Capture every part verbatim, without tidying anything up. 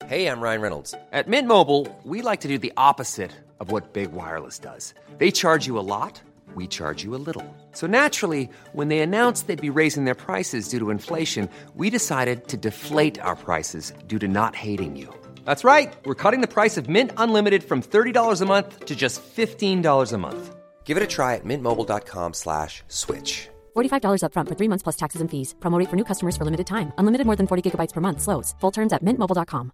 Hey, I'm Ryan Reynolds. At Mint Mobile, we like to do the opposite of what Big Wireless does. They charge you a lot, we charge you a little. So naturally, when they announced they'd be raising their prices due to inflation, we decided to deflate our prices due to not hating you. That's right. We're cutting the price of Mint Unlimited from thirty dollars a month to just fifteen dollars a month. Give it a try at mintmobile.com slash switch. forty-five dollars up front for three months plus taxes and fees. Promo rate for new customers for limited time. Unlimited more than forty gigabytes per month. Slows full terms at mint mobile dot com.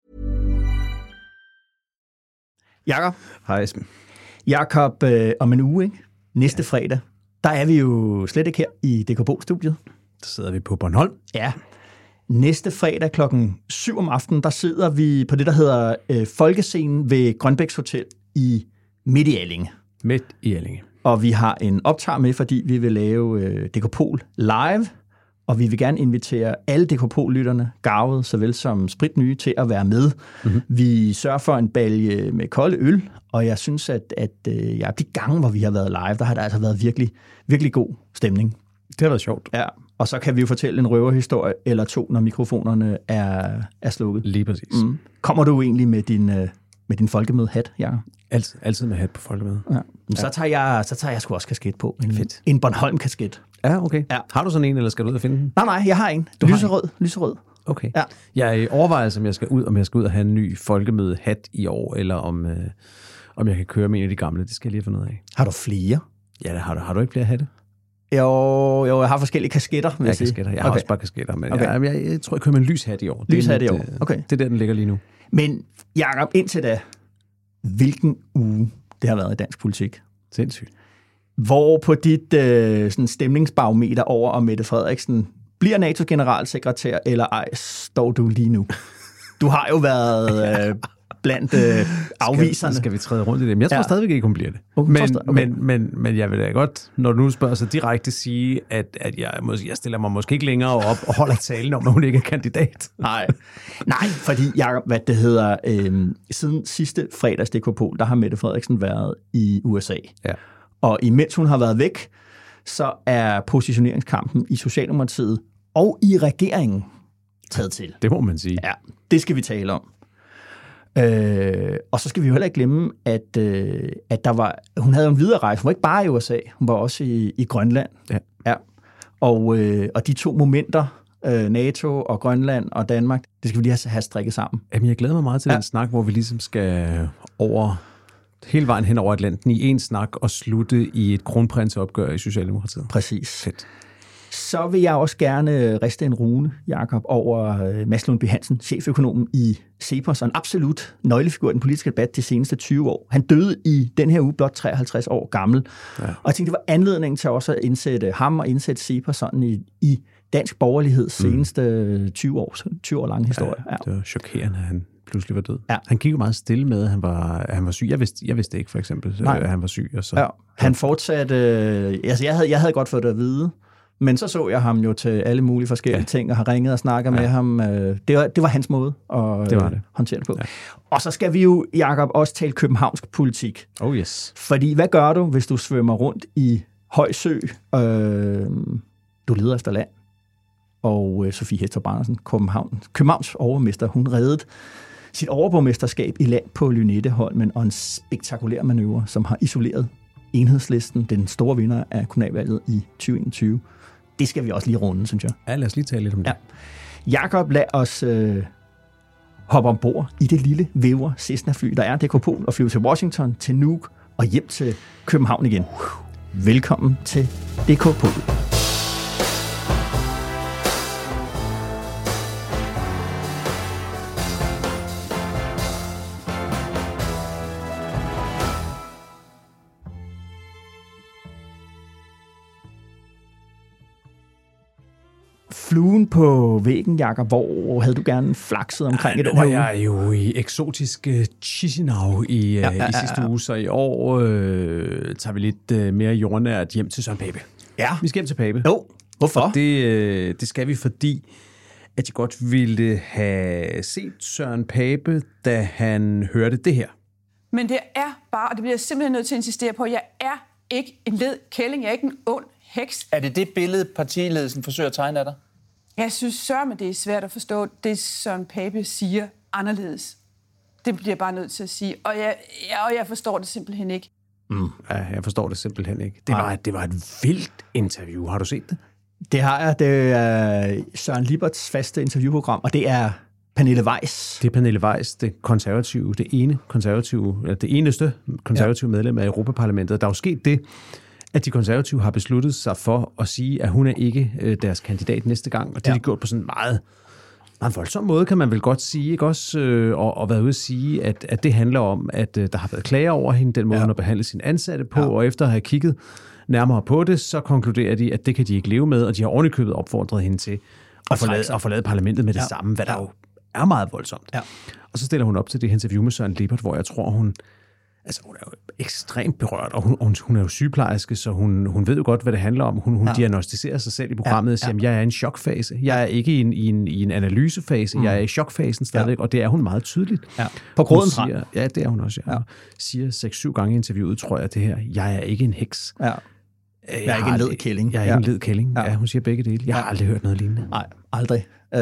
Jakob. Hej Esben. Jakob, øh, om en uge, ikke? Næste ja. fredag, der er vi jo slet ikke her i D K P-studiet. Der sidder vi på Bornholm. Ja. Næste fredag klokken syv om aftenen, der sidder vi på det, der hedder øh, Folkescenen ved Grønbæks Hotel i Midt i Allinge. Midt i Allinge. Og vi har en optag med, fordi vi vil lave øh, D K Pol live, og vi vil gerne invitere alle D K Pol-lytterne, garvede såvel som spritnye, til at være med. Mm-hmm. Vi sørger for en balje med kolde øl, og jeg synes, at, at øh, ja, de gange, hvor vi har været live, der har der altså været virkelig, virkelig god stemning. Det har været sjovt. Ja, og så kan vi jo fortælle en røverhistorie eller to, når mikrofonerne er, er slukket. Lige præcis. Mm. Kommer du egentlig med din, øh, med din folkemøde-hat, Jakob? Altid, altid med hat på folkemøde. Ja. Ja. Så tager jeg, så tager jeg sgu også kasket på. En, Fedt. En Bornholm-kasket. Ja, okay. Ja. Har du sådan en, eller skal du ud og finde den? Nej, nej, jeg har en. Du lyserød, har en. lyserød. Okay. Ja. Jeg overvejer, om jeg skal ud, om jeg skal ud og have en ny folkemøde-hat i år, eller om, øh, om jeg kan køre med en af de gamle. Det skal jeg lige finde ud af. Har du flere? Ja, det har du. Har du ikke flere hatte? Jo, jo, jeg har forskellige kasketter, vil jeg, jeg sige. Kasketter. Jeg okay. har også bare kasketter, men okay. jeg, jeg, jeg tror, jeg kører med en lyshat i år. Lyshat i år, okay. Det er der, den ligger lige nu. Men Jakob, indtil da, hvilken uge det har været i dansk politik? Sindssygt. Hvor på dit øh, sådan stemningsbarometer over, om Mette Frederiksen bliver N A T O-generalsekretær, eller ej, står du lige nu? Du har jo været øh, blandt øh, afviserne. Skal, skal vi træde rundt i det? Men jeg tror ja. stadigvæk ikke, hun bliver det. Okay, men, okay. men, men, men jeg vil da godt, når du nu spørger så direkte, sige, at, at jeg, måske, jeg stiller mig måske ikke længere op og holder talen om, at hun ikke er kandidat. Nej, Nej fordi Jacob, hvad det hedder, øh, siden sidste fredags D K Pol, der har Mette Frederiksen været i U S A. Ja. Og imens hun har været væk, så er positioneringskampen i Socialdemokratiet og i regeringen taget til. Det må man sige. Ja, det skal vi tale om. Øh, og så skal vi jo heller ikke glemme, at, øh, at der var, hun havde en videre rejse. Hun var ikke bare i U S A, hun var også i, i Grønland. Ja. Ja. Og, øh, og de to momenter, øh, NATO og Grønland og Danmark, det skal vi lige have, have strikket sammen. Jamen, jeg glæder mig meget til ja. den snak, hvor vi ligesom skal over hele vejen hen over Atlanten i en snak og slutte i et kronprinsopgør i Socialdemokratiet. Præcis. Fedt. Så vil jeg også gerne riste en rune, Jakob, over Mads Lundby Hansen, cheføkonomen i CEPOS, og en absolut nøglefigur i den politiske debat de seneste tyve år. Han døde i den her uge blot treoghalvtreds år gammel. Ja. Og jeg tænkte, det var anledningen til også at indsætte ham og indsætte CEPOS sådan i, i dansk borgerligheds seneste mm. tyve år, tyve år lange historie. Ja, det var chokerende, at han pludselig var død. Ja. Han gik jo meget stille med, at han var, at han var syg. Jeg vidste, jeg vidste ikke, for eksempel, at han var syg. Og så, ja. Han fortsatte... Øh, altså, jeg havde, jeg havde godt fået det at vide, men så så jeg ham jo til alle mulige forskellige ja. ting, og har ringet og snakket ja. med ham. Det var, det var hans måde at det var det. håndtere det på. Ja. Og så skal vi jo, Jakob, også tale københavnsk politik. Oh yes. Fordi hvad gør du, hvis du svømmer rundt i høj sø? Øh, du leder efter land. Og øh, Sofie Hæstrup Andersen, København, Københavns overmester, hun reddede sit overborgmesterskab i land på Lynetteholmen, og en spektakulær manøvre, som har isoleret Enhedslisten, den store vinder af kommunalvalget i tyve enogtyve. Det skal vi også lige runde, synes jeg. Ja, lad os lige tale lidt om det. Ja. Jakob, lad os øh, hoppe ombord i det lille væver Cessna-fly, der er D K Pol, og flyve til Washington, til Nuuk og hjem til København igen. Velkommen til D K Pol. Fluen på væggen, Jakob, hvor havde du gerne flakset omkring i den her uge? Jeg er jo i eksotiske Chisinau i, ja, ja, ja, i sidste uge, så i år øh, tager vi lidt øh, mere jordnært hjem til Søren Pape. Ja. Vi skal hjem til Pape. Jo, hvorfor? Og det, øh, det skal vi, fordi at jeg godt ville have set Søren Pape, da han hørte det her. Men det er bare, og det bliver jeg simpelthen nødt til at insistere på, jeg er ikke en led kælling, jeg er ikke en ond heks. Er det det billede, partiledelsen forsøger at tegne af dig? Jeg synes sørme, det er svært at forstå det, Søren Pape siger. anderledes. Det bliver jeg bare nødt til at sige. Og jeg, jeg, og jeg forstår det simpelthen ikke. Mm. Ja, jeg forstår det simpelthen ikke. Det var, det var et vildt interview. Har du set det? Det har jeg. Det er Søren Lieberts faste interviewprogram, og det er Pernille Weiss. Det er Pernille Weiss, det konservative, det ene konservative, det eneste konservative ja. medlem af Europaparlamentet. Der er jo sket det, at de konservative har besluttet sig for at sige, at hun er ikke øh, deres kandidat næste gang, og det ja. har de gjort på sådan en meget, meget voldsom måde, kan man vel godt sige, ikke også? Øh, og, og været ude at sige, at, at det handler om, at øh, der har været klager over hende, den måde, ja. hun har behandlet sine ansatte på, ja. og efter at have kigget nærmere på det, så konkluderer de, at det kan de ikke leve med, og de har ovenikøbet opfordret hende til at forlade, at forlade parlamentet med det ja. samme, hvad der jo er meget voldsomt. Ja. Og så stiller hun op til det interview med Søren Liebert, hvor jeg tror, hun Altså, hun er jo ekstremt berørt, og hun, hun, hun er jo sygeplejerske, så hun, hun ved jo godt, hvad det handler om. Hun, hun ja. diagnosticerer sig selv i programmet og siger, ja, ja. jeg er i en chokfase. Jeg er ikke i en, i en, i en analysefase. Mm. Jeg er i chokfasen stadigvæk, ja. og det er hun meget tydeligt. Ja. På grådens rand. Ja, det er hun også. Ja. Ja. Siger seks-syv gange i interviewet, tror jeg, det her, jeg er ikke en heks. Ja. Jeg, jeg er ikke en led kælling. Jeg er ikke ja. en led kælling. Ja. ja, hun siger begge dele. Jeg har aldrig hørt noget lignende. Nej, aldrig. Øh,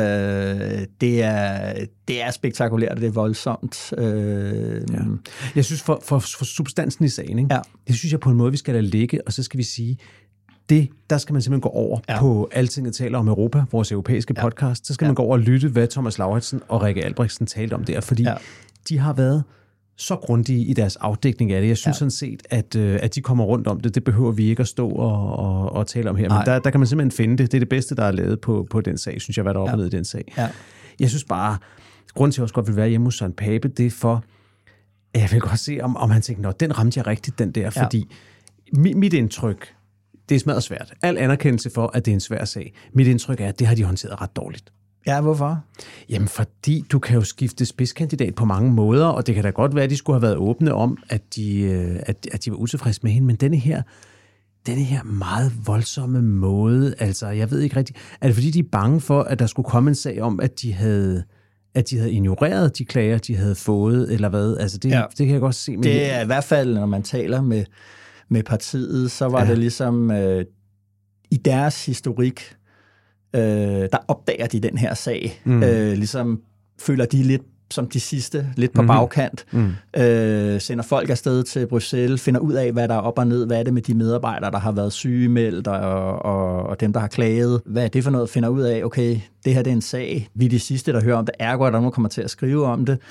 det, er, det er spektakulært, det er voldsomt. Øh, ja. Jeg synes, for, for, for substansen i sagen, ikke? Ja. det synes jeg på en måde, vi skal lade ligge, og så skal vi sige, det, der skal man simpelthen gå over ja. på Altinget taler om Europa, vores europæiske ja. podcast. Så skal ja. man gå over og lytte, hvad Thomas Lauritsen og Rikke Albrechtsen talte om der, fordi ja. de har været så grundige i deres afdækning af det. Jeg synes ja. sådan set, at, øh, at de kommer rundt om det. Det behøver vi ikke at stå og, og, og tale om her. Men der, der kan man simpelthen finde det. Det er det bedste, der er lavet på, på den sag, synes jeg, hvad der er oplevet ja. i den sag. Ja. Jeg synes bare, grunden til, at jeg også godt vil være hjemme hos Søren Pape, det er for, at jeg vil godt se, om, om han tænker, nå, den ramte jeg rigtigt, den der. Ja. Fordi mit, mit indtryk, det er smadret svært. Al anerkendelse for, at det er en svær sag. Mit indtryk er, at det har de håndteret ret dårligt. Ja, hvorfor? Jamen, fordi du kan jo skifte spidskandidat på mange måder, og det kan da godt være, at de skulle have været åbne om, at de, at, at de var utilfredse med hende, men denne her, denne her meget voldsomme måde, altså, jeg ved ikke rigtigt, er det fordi, de er bange for, at der skulle komme en sag om, at de havde, at de havde ignoreret de klager, de havde fået, eller hvad? Altså, det, ja. det kan jeg godt se. Men det er i hvert fald, når man taler med, med partiet, så var ja. det ligesom øh, i deres historik, Øh, der opdager de den her sag. Mm. Øh, ligesom føler de lidt som de sidste, lidt på mm-hmm. bagkant. Mm. Øh, sender folk afsted til Bruxelles, finder ud af, hvad der er op og ned, hvad er det med de medarbejdere, der har været sygemeldt, og, og, og dem, der har klaget. Hvad er det for noget? Finder ud af, okay, det her det er en sag. Vi er de sidste, der hører om det. Ergo, at der nogen kommer til at skrive om det.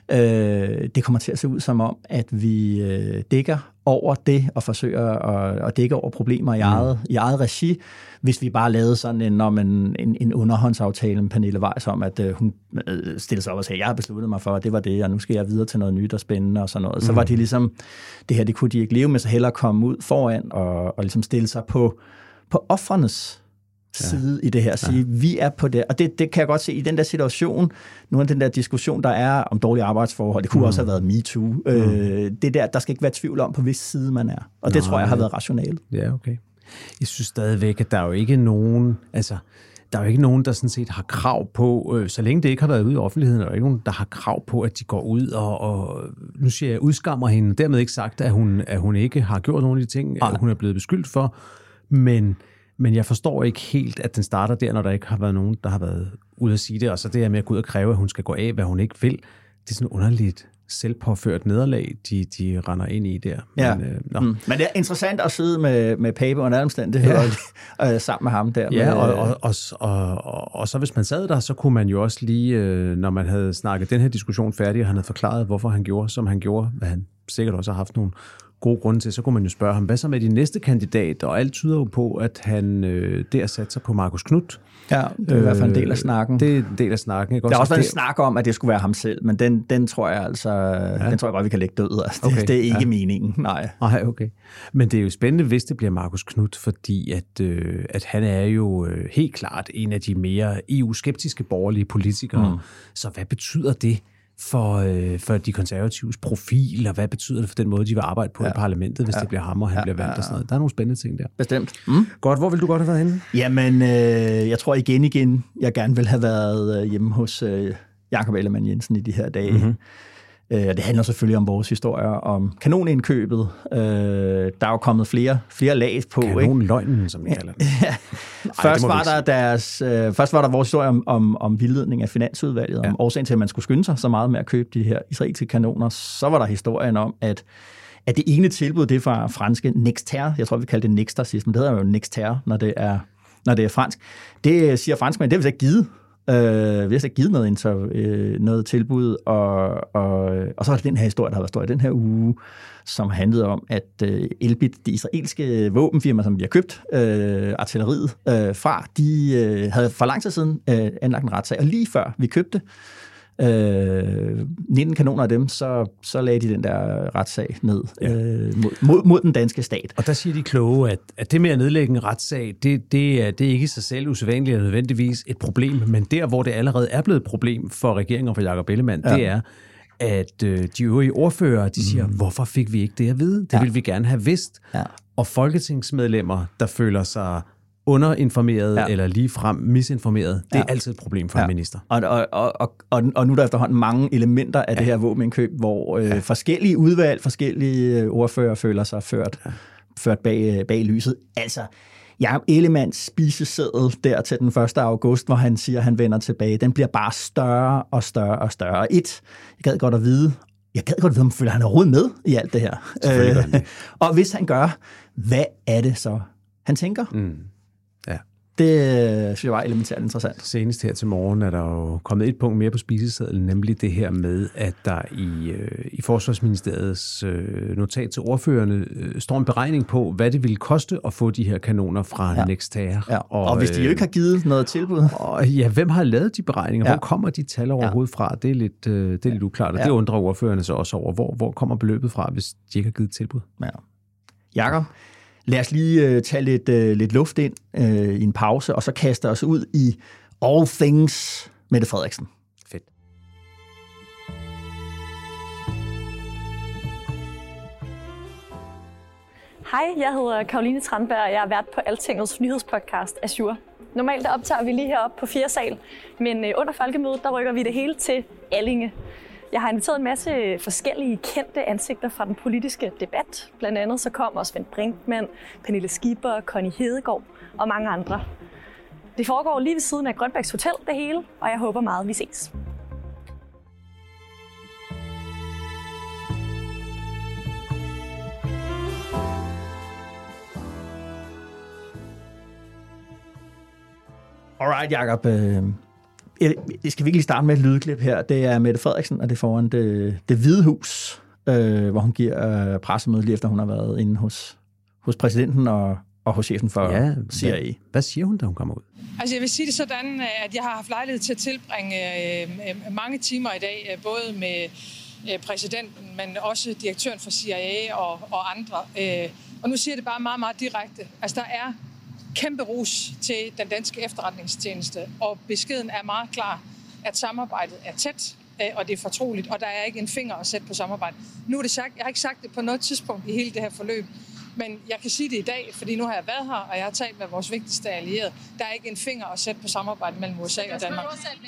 Øh, det kommer til at se ud som om, at vi øh, dækker over det og forsøger at, at dække over problemer i eget, mm. i eget regi, hvis vi bare lavede sådan en, om en, en, en underhåndsaftale med Pernille Weiss om, at øh, hun øh, stillede sig op og sagde, jeg har besluttet mig for, at det var det, og nu skal jeg videre til noget nyt og spændende og sådan noget. Mm. Så var de ligesom, det her, det kunne de ikke leve med, så hellere komme ud foran og, og ligesom stille sig på, på ofrenes side ja. i det her, at sige, ja. vi er på det, og det, det kan jeg godt se i den der situation, nu af den der diskussion, der er om dårlige arbejdsforhold, det kunne mm. også have været MeToo, mm. øh, det der, der skal ikke være tvivl om, på hvis side man er, og det Nå, tror jeg har været rationelt. Ja, okay. Jeg synes stadigvæk, at der er jo ikke nogen, altså, der er jo ikke nogen, der sådan set har krav på, øh, så længe det ikke har været ude i offentligheden, der er jo ikke nogen, der har krav på, at de går ud og, og nu siger jeg, udskammer hende, dermed ikke sagt, at hun, at hun ikke har gjort nogle af de ting, at hun er blevet beskyldt for, men Men jeg forstår ikke helt, at den starter der, når der ikke har været nogen, der har været ude at sige det, og så det her med at gå ud og kræve, at hun skal gå af, hvad hun ikke vil. Det er sådan underligt selvpåført nederlag, de, de render ind i der. Ja. Men, øh, mm. Men det er interessant at sidde med, med Pape under alle omstændigheder ja. øh, sammen med ham der. Ja, med, og, og, og, og, og, og så hvis man sad der, så kunne man jo også lige, øh, når man havde snakket den her diskussion færdig, og han havde forklaret, hvorfor han gjorde, som han gjorde, hvad han sikkert også har haft nogle gode grunde til, så kunne man jo spørge ham, hvad så med de næste kandidat? Og alt tyder jo på, at han øh, der satte sig på Marcus Knudt. Ja, det er øh, i hvert fald en del af snakken. Det er en del af snakken. Ikke? Der har også været en snak om, at det skulle være ham selv, men den, den tror jeg altså, ja. den tror jeg godt, vi kan lægge død. Altså, okay. det, det er ikke ja. meningen, nej. Nej, okay. Men det er jo spændende, hvis det bliver Marcus Knudt, fordi at, øh, at han er jo øh, helt klart en af de mere E U-skeptiske borgerlige politikere. Mm. Så hvad betyder det for, øh, for de konservatives profil, og hvad betyder det for den måde, de vil arbejde på ja. i parlamentet, hvis ja. det bliver ham, og han ja. bliver valgt ja. og sådan noget. Der er nogle spændende ting der. Bestemt. Mm. Godt, hvor vil du godt have været henne? Jamen, øh, jeg tror igen igen, jeg gerne vil have været øh, hjemme hos øh, Jakob Ellemann Jensen i de her dage. Mm-hmm. Øh, det handler selvfølgelig om vores historier, om kanonindkøbet. Øh, der er jo kommet flere, flere lag på. Kanonløgnen, som vi kalder den. Ja. Først, Ej, var der deres, øh, først var der vores historie om, om, om vildledning af Finansudvalget, ja. Om årsagen til, at man skulle skynde sig så meget med at købe de her israelske kanoner. Så var der historien om, at, at det ene tilbud, det var franske Nexter. Jeg tror, vi kaldte det Nexter sidst, men det hedder jo Nexter, når det er, når det er fransk. Det siger franskmænd, det vil ikke givet. Øh, vi har så givet noget, inter, øh, noget tilbud, og, og, og så er det den her historie, der har været stor i den her uge, som handlede om, at øh, Elbit, det israelske våbenfirma, som vi har købt øh, artilleriet øh, fra, de øh, havde for lang tid siden øh, anlagt en retssag, og lige før vi købte øh, nitten kanoner af dem, så, så lagde de den der retssag ned ja. øh, mod, mod, mod den danske stat. Og der siger de kloge, at, at det med at nedlægge en retssag, det, det, er, det er ikke i sig selv usædvanligt og nødvendigvis et problem, men der, hvor det allerede er blevet et problem for regeringen og for Jakob Ellemann, ja. Det er, at øh, de øvrige ordfører, de siger, mm. hvorfor fik vi ikke det at vide? Det ja. Vil vi gerne have vidst. Ja. Og folketingsmedlemmer, der føler sig underinformeret ja. Eller ligefrem misinformeret, det er ja. Altid et problem for ja. En minister. Og, og, og, og, og nu er der efterhånden mange elementer af ja. Det her våbenindkøb, hvor øh, ja. Forskellige udvalg, forskellige ordfører føler sig ført, ja. ført bag, bag lyset. Altså, Jakob Ellemanns spiseseddel der til den første august, hvor han siger, at han vender tilbage, den bliver bare større og større og større. Et, jeg gad godt at vide, jeg gad godt at vide, om føler han er råd med i alt det her. Øh, og hvis han gør, hvad er det så, han tænker? Mm. Ja. Det synes jeg var elementært interessant. Senest her til morgen er der jo kommet et punkt mere på spisesedlen, nemlig det her med, at der i, øh, i Forsvarsministeriets øh, notat til ordførerne øh, står en beregning på, hvad det ville koste at få de her kanoner fra ja. Nexter. Ja. Og, og hvis de jo ikke har givet noget tilbud? Og, ja, hvem har lavet de beregninger? Ja. Hvor kommer de tal overhovedet ja. Fra? Det er lidt, øh, det er lidt uklart, og ja. Det undrer ordførerne så også over. Hvor, hvor kommer beløbet fra, hvis de ikke har givet tilbud? Ja. Jakob? Lad os lige uh, tage lidt, uh, lidt luft ind uh, i en pause, og så kaste os ud i All Things Mette Frederiksen. Fedt. Hej, jeg hedder Caroline Tranberg, og jeg er vært på Altingets nyhedspodcast Azure. Normalt der optager vi lige heroppe på fire sal, men uh, under folkemødet der rykker vi det hele til Allinge. Jeg har inviteret en masse forskellige kendte ansigter fra den politiske debat. Blandt andet så kommer Svend Brinkmann, Pernille Skipper, Connie Hedegaard og mange andre. Det foregår lige ved siden af Grønbæks Hotel, det hele, og jeg håber meget, vi ses. Alright, Jacob. Jeg skal virkelig starte med et lydklip her. Det er Mette Frederiksen, og det er foran det, det Hvide Hus, øh, hvor hun giver øh, pressemøde lige efter, hun har været inde hos, hos præsidenten og, og hos chefen for ja, C I A. Hvad, hvad siger hun, da hun kommer ud? Altså jeg vil sige det sådan, at jeg har haft lejlighed til at tilbringe øh, mange timer i dag, både med øh, præsidenten, men også direktøren for C I A og, og andre. Øh, og nu siger jeg det bare meget, meget direkte. Altså der er kæmpe ros til den danske efterretningstjeneste, og beskeden er meget klar, at samarbejdet er tæt, og det er fortroligt, og der er ikke en finger at sætte på samarbejdet. Nu er det sagt, jeg har ikke sagt det på noget tidspunkt i hele det her forløb, men jeg kan sige det i dag, fordi nu har jeg været her, og jeg har talt med vores vigtigste allierede. Der er ikke en finger at sætte på samarbejdet mellem U S A og Danmark.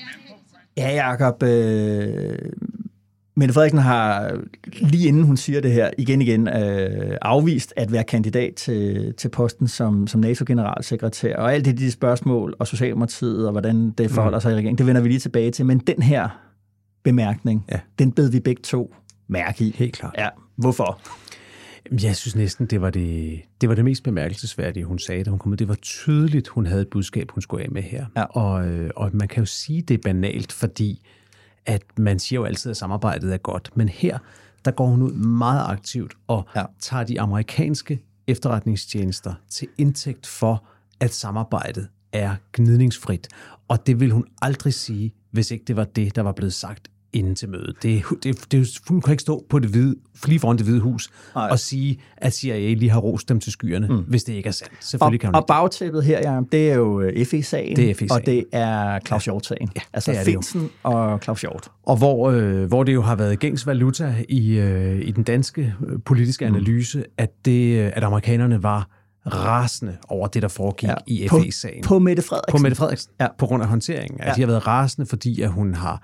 Ja, Jacob, øh... Mette Frederiksen har, lige inden hun siger det her, igen igen øh, afvist at være kandidat til, til posten som, som NATO-generalsekretær. Og alt det, de spørgsmål, og Socialdemokratiet, og hvordan det forholder sig i regeringen, det vender vi lige tilbage til. Men den her bemærkning, ja. Den bed vi begge to mærke i. Helt klart. Ja, hvorfor? Jeg synes næsten, det var det, det var det mest bemærkelsesværdige, hun sagde, da hun kom ud. Det var tydeligt, hun havde et budskab, hun skulle af med her. Ja. Og, og man kan jo sige, det er banalt, fordi at man siger jo altid, at samarbejdet er godt. Men her, der går hun ud meget aktivt og ja. Tager de amerikanske efterretningstjenester til indtægt for, at samarbejdet er gnidningsfrit. Og det vil hun aldrig sige, hvis ikke det var det, der var blevet sagt inden til mødet. Det, det, det, hun kan ikke stå på det hvide, lige foran det Hvide Hus Ej. Og sige, at C I A lige har rost dem til skyerne, mm. hvis det ikke er sandt. Selvfølgelig og, kan hun og bagtæppet her, ja, det er jo F E-sagen, det er F E-sagen. Og det er Claus Hjort-sagen. Ja, altså Findsen og Claus Hjort. Og hvor, øh, hvor det jo har været gængs valuta i, øh, i den danske øh, politiske analyse, mm. at, det, at amerikanerne var rasende over det, der foregik ja, i F E-sagen. På Mette Frederiksen. På Mette Frederiksen, ja. På grund af håndteringen. Altså, ja. De har været rasende, fordi at hun har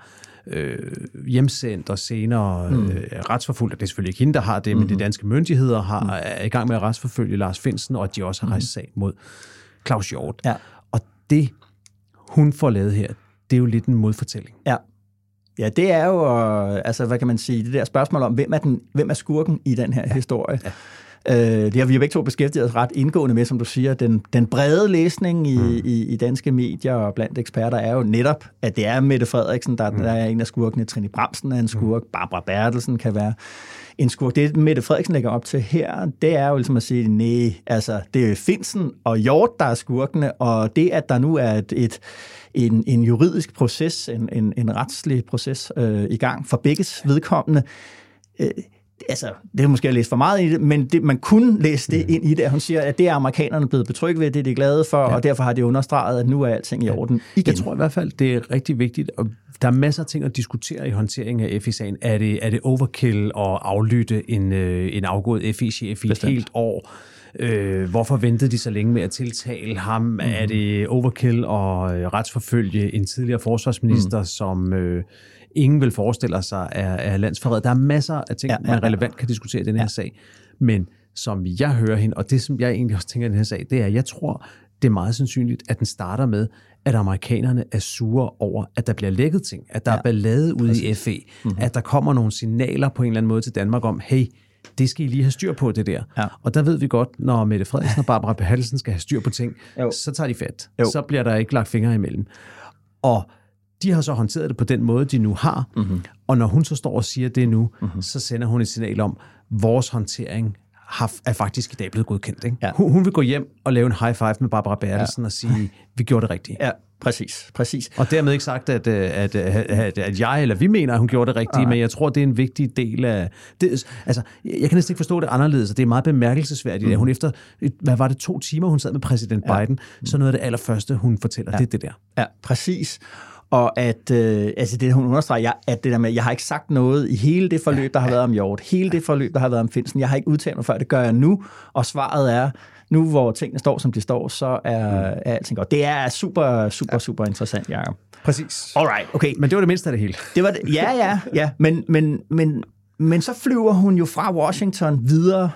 øh, hjemsendt og senere mm. øh, retsforfulgt. Det er selvfølgelig ikke hende, der har det, mm-hmm. men de danske myndigheder har, mm. er i gang med at retsforfølge Lars Findsen, og at de også har rejst sag mod Claus Hjort. Ja. Og det, hun får lavet her, det er jo lidt en modfortælling. Ja. Ja, det er jo, altså, hvad kan man sige, det der spørgsmål om, hvem er, den, hvem er skurken i den her ja. historie. Ja. Øh, det har vi jo begge to beskæftiget os ret indgående med, som du siger. Den, den brede læsning i, mm. i, i danske medier og blandt eksperter er jo netop, at det er Mette Frederiksen, der, mm. der er en af skurkene. Trine Bramsen er en skurk. Mm. Barbara Bertelsen kan være en skurk. Det, Mette Frederiksen lægger op til her, det er jo ligesom at sige, nej, altså, det er Findsen og Hjort, der er skurkene, og det, at der nu er et, et En, en juridisk proces, en, en, en retslig proces øh, i gang for begges vedkommende. Øh, altså, det er måske at læse for meget i det, men det, man kunne læse det ind i det. Hun siger, at det er amerikanerne blevet betrygget ved, det er de glade for, ja. og derfor har de understreget, at nu er alting i orden igen. Jeg tror i hvert fald, det er rigtig vigtigt, og der er masser af ting at diskutere i håndteringen af F I-sagen. Er det, er det overkill at aflytte en, øh, en afgået F I-chef i et helt år? Øh, hvorfor ventede de så længe med at tiltale ham? Mm. Er det overkill og øh, retsforfølge en tidligere forsvarsminister, mm. som øh, ingen vil forestille sig er, er landsforræder? Der er masser af ting, ja, ja, man relevant kan diskutere i den her ja. sag. Men som jeg hører hende, og det som jeg egentlig også tænker i den her sag, det er, at jeg tror, det er meget sandsynligt, at den starter med, at amerikanerne er sure over, at der bliver lækket ting, at der ja. er ballade ude i F E, mm-hmm. at der kommer nogle signaler på en eller anden måde til Danmark om, hey, det skal I lige have styr på, det der. Ja. Og der ved vi godt, når Mette Frederiksen og Barbara Bertelsen skal have styr på ting, jo. så tager de fat. Jo. Så bliver der ikke lagt fingre imellem. Og de har så håndteret det på den måde, de nu har. Mm-hmm. Og når hun så står og siger det nu, mm-hmm. så sender hun et signal om, vores håndtering har, er faktisk i dag blevet godkendt. Ikke? Ja. Hun, hun vil gå hjem og lave en high five med Barbara Bertelsen ja. og sige, vi gjorde det rigtigt. Ja. Præcis, præcis. Og dermed ikke sagt, at, at, at, at jeg eller vi mener, at hun gjorde det rigtige, ja. men jeg tror, det er en vigtig del af det. Altså, jeg kan næsten ikke forstå det anderledes, og det er meget bemærkelsesværdigt, mm. at hun efter, hvad var det, to timer, hun sad med præsident ja. Biden, så noget af det allerførste, hun fortæller, ja. det er det der. Ja, præcis. Og at, øh, altså det, hun understreger, at det der med, jeg har ikke sagt noget i hele det forløb, der har været om Hjort, hele det forløb, der har været om Findsen, jeg har ikke udtalt mig før, det gør jeg nu, og svaret er, nu hvor tingene står, som de står, så er, mm. er alting godt. Det er super, super, ja. super interessant, Jacob. Præcis. Alright, okay. Men det var det mindste af det hele. Det var det, ja, ja, ja. Men, men, men, men så flyver hun jo fra Washington videre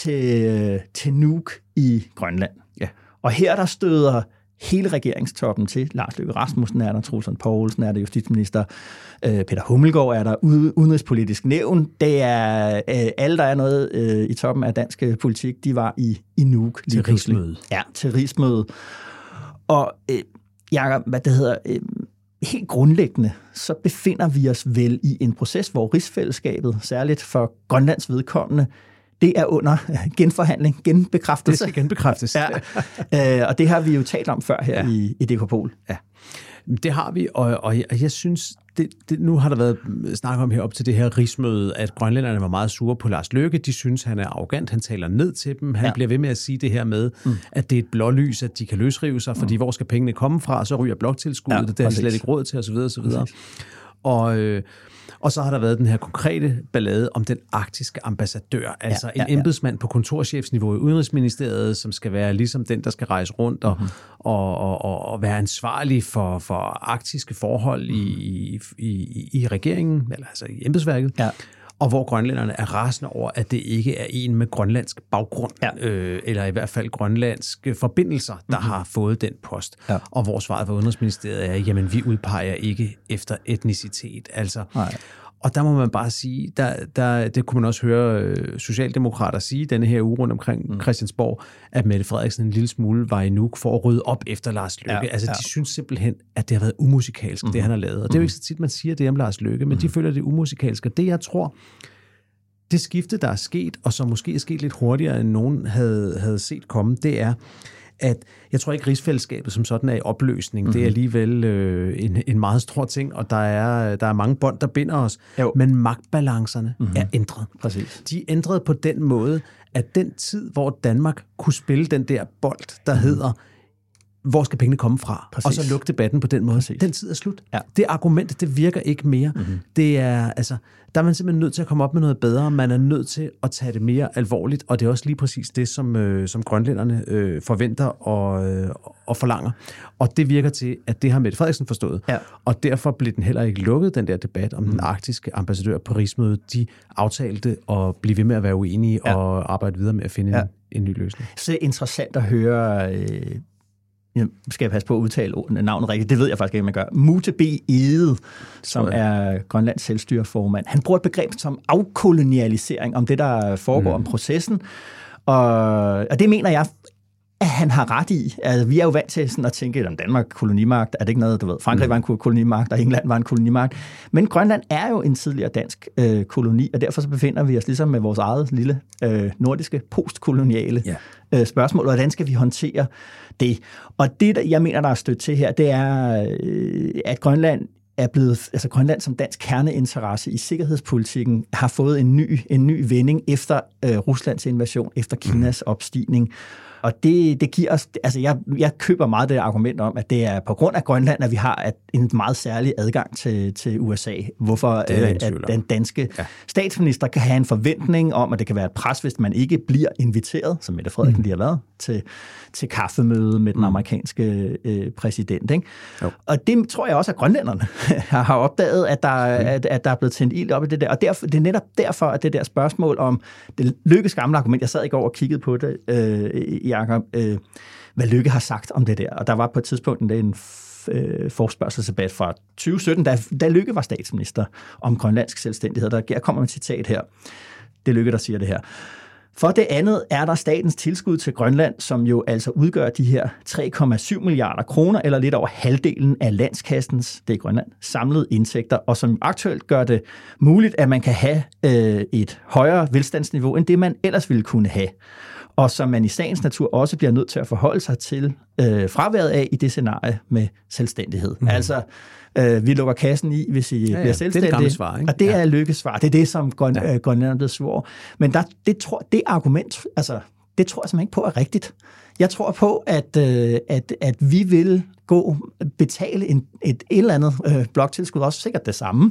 til, til Nuuk i Grønland. Ja. Og her der støder hele regeringstoppen til. Lars Løkke Rasmussen er der, Troels Lund Poulsen er der, justitsminister øh, Peter Hummelgaard er der, udenrigspolitisk nævn. Det er øh, alle, der er noget øh, i toppen af dansk politik, de var i, i Nuuk. Til rigsmøde. Ja, til rigsmøde. Og øh, Jacob, hvad det hedder, øh, helt grundlæggende, så befinder vi os vel i en proces, hvor rigsfællesskabet, særligt for Grønlands vedkommende, det er under genforhandling, genbekræftelse. Det skal genbekræftes. Ja. Øh, og det har vi jo talt om før her ja. i, i D K Pol. Ja. Det har vi, og, og jeg, jeg synes, det, det, nu har der været snak om her op til det her rigsmøde, at grønlænderne var meget sure på Lars Løkke. De synes, han er arrogant, han taler ned til dem. Han ja. bliver ved med at sige det her med, mm. at det er et blålys, at de kan løsrive sig, fordi mm. hvor skal pengene komme fra? Så ryger bloktilskuddet, ja, det har de slet ikke råd til, osv. osv. Og... Øh, Og så har der været den her konkrete ballade om den arktiske ambassadør, altså ja, ja, ja. en embedsmand på kontorchefsniveau i Udenrigsministeriet, som skal være ligesom den, der skal rejse rundt og, mm-hmm. og, og, og, og være ansvarlig for, for arktiske forhold i, i, i regeringen, eller altså i embedsværket. Ja. Og hvor grønlænderne er rasende over, at det ikke er en med grønlandsk baggrund, ja. øh, eller i hvert fald grønlandske forbindelser, der mm-hmm. har fået den post. Ja. Og hvor svaret fra Udenrigsministeriet er, jamen vi udpeger ikke efter etnicitet. Altså, og der må man bare sige, der, der, det kunne man også høre øh, socialdemokrater sige denne her uge rundt omkring mm. Christiansborg, at Mette Frederiksen en lille smule var i Nuuk for at rydde op efter Lars Løkke. Ja, altså ja. de synes simpelthen, at det har været umusikalsk, mm. det han har lavet. Og det er jo ikke så tit, man siger det om Lars Løkke, men mm. de føler det umusikalsk. Og det, jeg tror, det skifte, der er sket, og som måske er sket lidt hurtigere, end nogen havde, havde set komme, det er, at jeg tror ikke, rigsfællesskabet som sådan er i opløsning. Mm-hmm. Det er alligevel øh, en, en meget stor ting, og der er, der er mange bånd, der binder os. Jo. Men magtbalancerne mm-hmm. er ændret. Præcis. De er ændret på den måde, at den tid, hvor Danmark kunne spille den der bold, der mm-hmm. hedder, hvor skal pengene komme fra? Præcis. Og så lukke debatten på den måde. Præcis. Den tid er slut. Ja. Det argument, det virker ikke mere. Mm-hmm. Det er, altså, der er man simpelthen nødt til at komme op med noget bedre. Man er nødt til at tage det mere alvorligt, og det er også lige præcis det, som, øh, som grønlænderne øh, forventer og, øh, og forlanger. Og det virker til, at det har Mette Frederiksen forstået. Ja. Og derfor blev den heller ikke lukket, den der debat om mm. den arktiske ambassadør på Rigsmødet. De aftalte at blive ved med at være uenige ja. og arbejde videre med at finde ja. en, en ny løsning. Så det er interessant at høre... Øh Jeg skal passe på at udtale navnet rigtigt. Det ved jeg faktisk ikke, om jeg gør. Mute B. Ede, som er Grønlands selvstyreformand. Han bruger et begreb som afkolonialisering om det, der foregår mm. om processen. Og, og det mener jeg, at han har ret i. Altså, vi er jo vant til sådan at tænke, at Danmark er kolonimagt. Er det ikke noget, du ved? Frankrig mm. var en kolonimagt, og England var en kolonimagt. Men Grønland er jo en tidligere dansk øh, koloni, og derfor så befinder vi os ligesom med vores eget lille øh, nordiske postkoloniale yeah. øh, spørgsmål. Hvordan skal vi håndtere det? Og det, der jeg mener, der er stødt til her, det er, øh, at Grønland er blevet, altså Grønland som dansk kerneinteresse i sikkerhedspolitikken har fået en ny, en ny vending efter øh, Ruslands invasion, efter Kinas mm. opstigning. Og det, det giver os, altså jeg, jeg køber meget det argument om, at det er på grund af Grønland, at vi har en meget særlig adgang til, til U S A. Hvorfor øh, at den danske ja. statsminister kan have en forventning om, at det kan være et pres, hvis man ikke bliver inviteret, som Mette Frederiksen mm. lige har været, til, til kaffemøde med den mm. amerikanske øh, præsident. Ikke? Og det tror jeg også, at grønlænderne har opdaget, at der, mm. at, at der er blevet tændt ild op i det der. Og derfor, det er netop derfor, at det der spørgsmål om det Løkkes gamle argument, jeg sad i går og kiggede på det øh, i Jacob, øh, hvad Løkke har sagt om det der. Og der var på et tidspunkt en, en øh, forespørgselsdebat fra tyve sytten, da, da Løkke var statsminister om grønlandsk selvstændighed. Der kommer et citat her. Det er Løkke, der siger det her. For det andet er der statens tilskud til Grønland, som jo altså udgør de her tre komma syv milliarder kroner, eller lidt over halvdelen af landskassens, det er Grønland, samlede indtægter, og som aktuelt gør det muligt, at man kan have øh, et højere velstandsniveau, end det man ellers ville kunne have. Og som man i sagens natur også bliver nødt til at forholde sig til øh, fraværet af i det scenarie med selvstændighed. Mm. Altså, øh, vi lukker kassen i, hvis I ja, ja. bliver selvstændige. Det er det svar, ikke? Og det ja. er Løkkes svar. Det er det, som grøn, ja. øh, grønlænderne blev svor. Men der, det, tror, det argument, altså, det tror jeg simpelthen ikke på er rigtigt. Jeg tror på, at, øh, at, at vi vil gå betale en, et, et eller andet øh, bloktilskud, også sikkert det samme,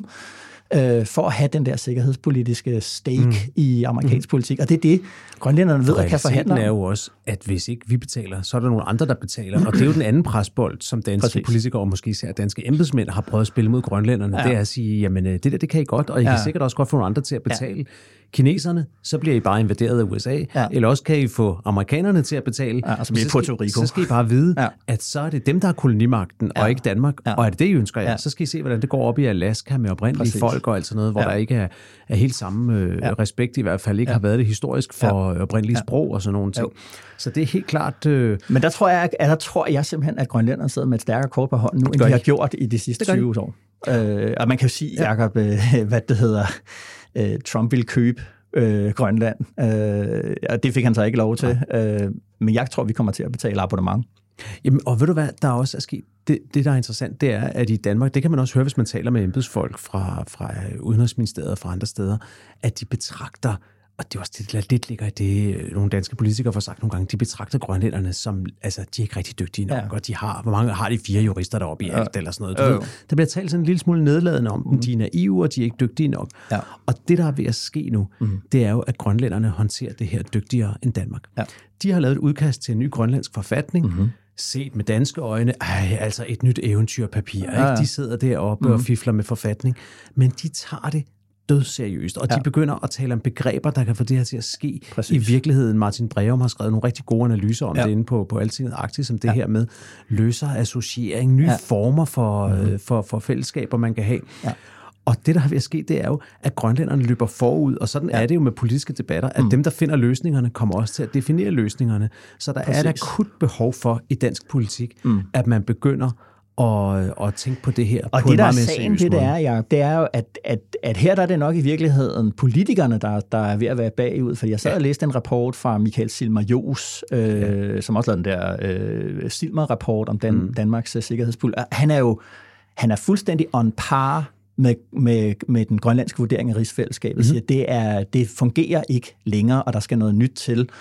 for at have den der sikkerhedspolitiske stake mm. i amerikansk mm. politik. Og det er det, grønlænderne ved, at kan forhandle om. Er jo også, at hvis ikke vi betaler, så er der nogle andre, der betaler. Og det er jo den anden presbold, som danske Præcis. politikere og måske især danske embedsmænd har prøvet at spille mod grønlænderne. Ja. Det er at sige, jamen det der, det kan I godt, og I ja. kan sikkert også godt få nogle andre til at betale. Ja. Kineserne, så bliver I bare invaderet af U S A, ja. eller også kan I få amerikanerne til at betale. Ja, og så bliver I Puerto Rico. Så skal I bare vide, ja. at så er det dem, der har kolonimagten, ja. og ikke Danmark. Ja. Og er det det, I ønsker jer, ja. så skal I se, hvordan det går op i Alaska med oprindelige Præcis. folk og alt sådan noget, hvor ja. der ikke er, er helt samme øh, ja. respekt, i hvert fald ikke ja. har været det historisk for ja. oprindelige ja. sprog og sådan nogle ting. Ja. Så det er helt klart... Øh... Men der tror jeg, at der tror jeg simpelthen, at grønlænderne sidder med et stærkere kort på hånden nu, end de har gjort i de sidste tyve år. Øh, og man kan jo sige, ja. Jacob, øh, hvad det hedder, øh, Trump vil købe Øh, Grønland. Øh, og det fik han så ikke lov til. Øh, men jeg tror, vi kommer til at betale abonnement. Jamen, og ved du hvad, der også er sket? Det, det, der er interessant, det er, at i Danmark, det kan man også høre, hvis man taler med embedsfolk fra, fra Udenrigsministeriet og fra andre steder, at de betragter, og det er også det, der lidt ligger i det, nogle danske politikere får sagt nogle gange, de betragter grønlænderne som, altså, de er ikke rigtig dygtige nok, ja. og de har, hvor mange har de fire jurister deroppe i alt, ja. eller sådan noget. Du ja. ved, der bliver talt sådan en lille smule nedladende om dem, mm. de er naive, og de er ikke dygtige nok. Ja. Og det, der er ved at ske nu, mm. det er jo, at grønlænderne håndterer det her dygtigere end Danmark. Ja. De har lavet et udkast til en ny grønlandsk forfatning, mm-hmm. set med danske øjne, ej, altså et nyt eventyrpapir, ja, ja. Ikke? De sidder deroppe mm. og fifler med forfatning, men de tager det dødseriøst, og ja. de begynder at tale om begreber, der kan få det her til at ske. Præcis. I virkeligheden, Martin Breum har skrevet nogle rigtig gode analyser om ja. det inde på, på Altinget Arktis, som det ja. her med løser associering, nye ja. former for, mm-hmm. øh, for, for fællesskaber, man kan have. Ja. Og det, der har ved at ske, det er jo, at grønlænderne løber forud, og sådan ja. er det jo med politiske debatter, at mm. dem, der finder løsningerne, kommer også til at definere løsningerne. Så der Præcis. er et akut behov for i dansk politik, mm. at man begynder Og, og tænke på det her. Og på det, en der er meget sagen, det, det, er, ja, det er jo, at, at, at her der er det nok i virkeligheden politikerne, der, der er ved at være bagud. For jeg sad ja. og læste en rapport fra Michael Silmer-Jos, øh, ja. som også lavede den der øh, Silmer-rapport om Dan, mm. Danmarks uh, sikkerhedspolitik. Han er jo han er fuldstændig on par med, med, med den grønlandske vurdering af rigsfællesskabet. Mm-hmm. Siger, det, er, det fungerer ikke længere, og der skal noget nyt til.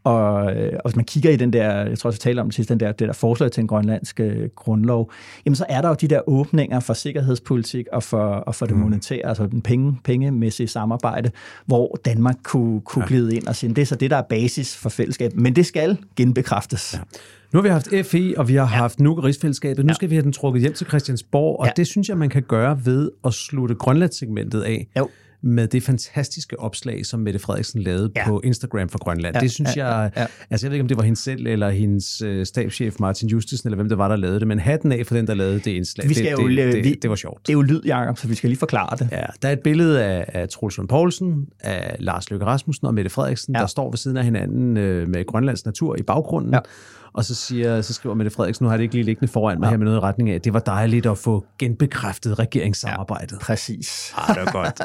Og, og hvis man kigger i den der, jeg tror også, vi taler om det sidste, den der, det der forslag til en grønlandsk øh, grundlov, jamen så er der jo de der åbninger for sikkerhedspolitik og for, og for det monetære, altså den penge, pengemæssige samarbejde, hvor Danmark kunne, kunne ja. glide ind og sige, det er så det, der er basis for fællesskabet. Men det skal genbekræftes. Ja. Nu har vi haft F E, og vi har haft ja. Nuuk-rigsfællesskabet. Nu ja. skal vi have den trukket hjem til Christiansborg, og ja. det synes jeg, man kan gøre ved at slutte Grønlandssegmentet af. Jo. Med det fantastiske opslag, som Mette Frederiksen lavede ja. på Instagram for Grønland. Ja, det synes ja, jeg, ja. altså jeg ved ikke, om det var hende selv, eller hendes øh, stabschef Martin Justesen, eller hvem det var, der lavede det, men hatten af for den, der lavede det indslag. Vi skal det, jo, det, det, vi, det var sjovt. Det er jo lyd, Jacob, så vi skal lige forklare det. Ja, der er et billede af, af Troels Lund Poulsen, af Lars Løkke Rasmussen og Mette Frederiksen, ja. der står ved siden af hinanden øh, med Grønlands natur i baggrunden. Ja. Og så, siger, så skriver Mette Frederiksen, nu har det ikke lige liggende foran mig ja. her med noget i retning af, det var dejligt at få genbekræftet regeringssamarbejdet. Ja, præcis. Ah, det var godt.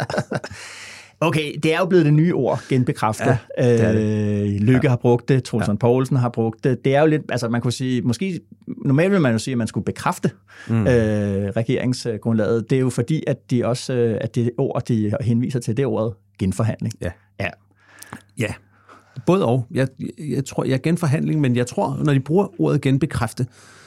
Okay, det er jo blevet det nye ord, genbekræfte. Ja, det det. Øh, Løkke ja. har brugt det, Troels Lund Poulsen har brugt det. Det er jo lidt, altså man kunne sige, måske, normalt vil man jo sige, at man skulle bekræfte mm. øh, regeringsgrundlaget. Det er jo fordi, at de også, at det ord, de henviser til, det er ordet genforhandling. Ja. Ja. Ja. Både og. Jeg, jeg tror, jeg er genforhandling, men jeg tror, når de bruger ordet genbekræfte,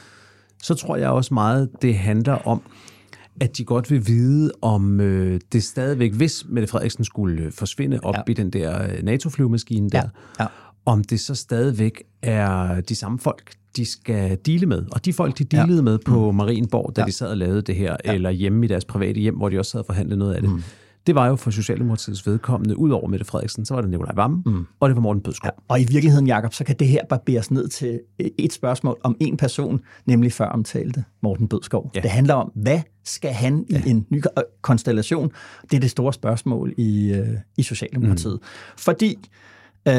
så tror jeg også meget, det handler om, at de godt vil vide, om øh, det stadigvæk, hvis Mette Frederiksen skulle forsvinde op ja. i den der NATO-flyvemaskine der, ja. Ja. om det så stadigvæk er de samme folk, de skal deale med. Og de folk, de dealede ja. med på Marienborg, da ja. de sad og lavede det her, ja. eller hjemme i deres private hjem, hvor de også sad og forhandlede noget af det, mm. det var jo for Socialdemokratiets vedkommende, ud over Mette Frederiksen, så var det Nikolaj Wammen, mm. og det var Morten Bødskov. Ja. Og i virkeligheden, Jacob, så kan det her bare bæres ned til et spørgsmål om en person, nemlig før omtalte Morten Bødskov. Ja. Det handler om, hvad skal han ja. i en ny konstellation? Det er det store spørgsmål i, øh, i Socialdemokratiet. Mm. Fordi øh,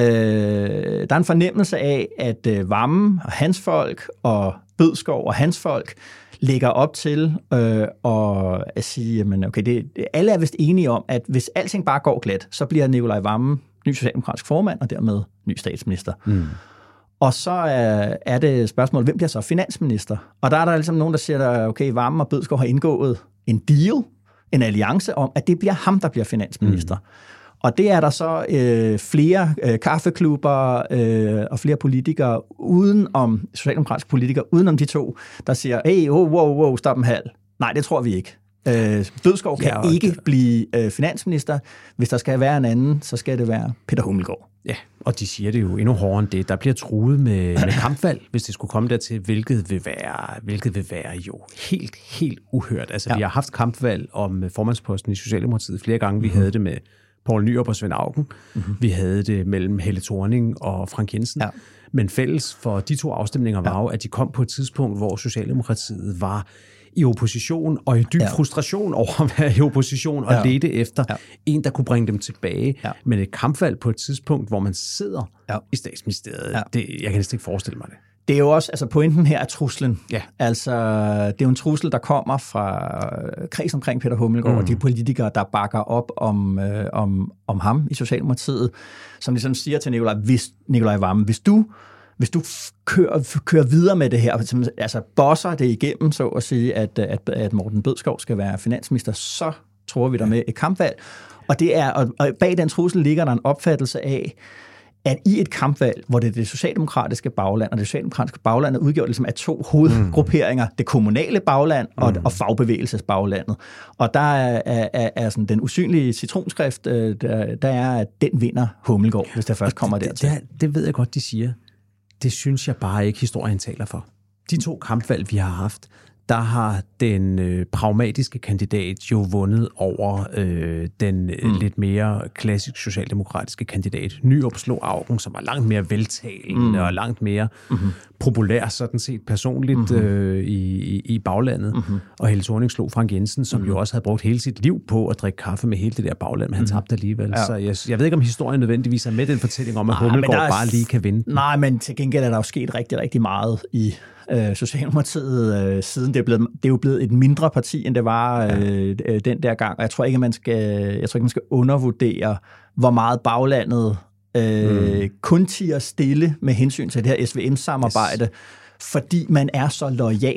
der er en fornemmelse af, at øh, Wammen og hans folk, og Bødskov og hans folk, lægger op til øh, at, at sige, jamen okay, det, alle er vist enige om, at hvis alting bare går glat, så bliver Nikolaj Wammen ny socialdemokratisk formand, og dermed ny statsminister. Mm. Og så er, er det spørgsmålet, hvem bliver så finansminister? Og der er der ligesom nogen, der siger, at okay, Wammen og Bødskov har indgået en deal, en alliance om, at det bliver ham, der bliver finansminister. Mm. Og det er der så øh, flere øh, kaffeklubber øh, og flere politikere, udenom, socialdemokratiske politikere, udenom de to, der siger, hey, wow, wow, wow, stop en halv. Nej, det tror vi ikke. Øh, Bødskov kan ja, ikke det... blive øh, finansminister. Hvis der skal være en anden, så skal det være Peter Hummelgaard. Ja, og de siger det jo endnu hårdere end det. Der bliver truet med, med kampvalg, hvis det skulle komme dertil, hvilket vil være, hvilket vil være jo helt, helt uhørt. Altså, ja. vi har haft kampvalg om formandsposten i Socialdemokratiet flere gange. Vi mm-hmm. havde det med Poul Nyrup og Svend Auken. Mm-hmm. Vi havde det mellem Helle Thorning og Frank Jensen. Ja. Men fælles for de to afstemninger var jo, at de kom på et tidspunkt, hvor Socialdemokratiet var i opposition, og i dyb ja. frustration over at være i opposition, og ja. lede efter ja. en, der kunne bringe dem tilbage. Ja. Men et kampvalg på et tidspunkt, hvor man sidder ja. i statsministeriet, ja. det, jeg kan næsten ikke forestille mig det. Det er jo også, altså pointen her er truslen. Ja. Altså, det er jo en trussel, der kommer fra kreds omkring Peter Hummelgaard, mm. og de politikere, der bakker op om, øh, om, om ham i Socialdemokratiet, som ligesom siger til Nikolaj, hvis, Nikolaj Wammen, hvis du Hvis du kører, kører videre med det her, altså bosser det igennem, så at sige, at, at, at Morten Bødskov skal være finansminister, så tror vi der med et kampvalg. Og, det er, og bag den trussel ligger der en opfattelse af, at i et kampvalg, hvor det er det socialdemokratiske bagland, og det socialdemokratiske bagland er udgjort ligesom af to hovedgrupperinger, det kommunale bagland og, mm. og fagbevægelsesbaglandet. Og der er, er, er sådan den usynlige citronskrift, der, der er, at den vinder Hummelgaard, hvis der først kommer det, dertil. Det, det ved jeg godt, de siger. Det synes jeg bare ikke, historien taler for. De to kampvalg, vi har haft, der har den øh, pragmatiske kandidat jo vundet over øh, den øh, mm. lidt mere klassisk socialdemokratiske kandidat. Nyrup slog Auken, som var langt mere veltalende mm. og langt mere mm-hmm. populær, sådan set personligt mm-hmm. øh, i, i baglandet. Mm-hmm. Og Helle Thorning slog Frank Jensen, som mm-hmm. jo også havde brugt hele sit liv på at drikke kaffe med hele det der bagland, men han mm-hmm. tabte alligevel. Ja. Så jeg, jeg ved ikke, om historien nødvendigvis er med den fortælling om, at Hummelgaard er, bare lige kan vinde. Nej, men til gengæld er der jo sket rigtig, rigtig meget i Øh, Socialdemokratiet, øh, siden det er, blevet, det er jo blevet et mindre parti, end det var øh, øh, den der gang. Og jeg tror ikke, man skal, jeg tror ikke, man skal undervurdere, hvor meget baglandet øh, mm. kun tiger stille med hensyn til det her S V M-samarbejde, yes. fordi man er så loyal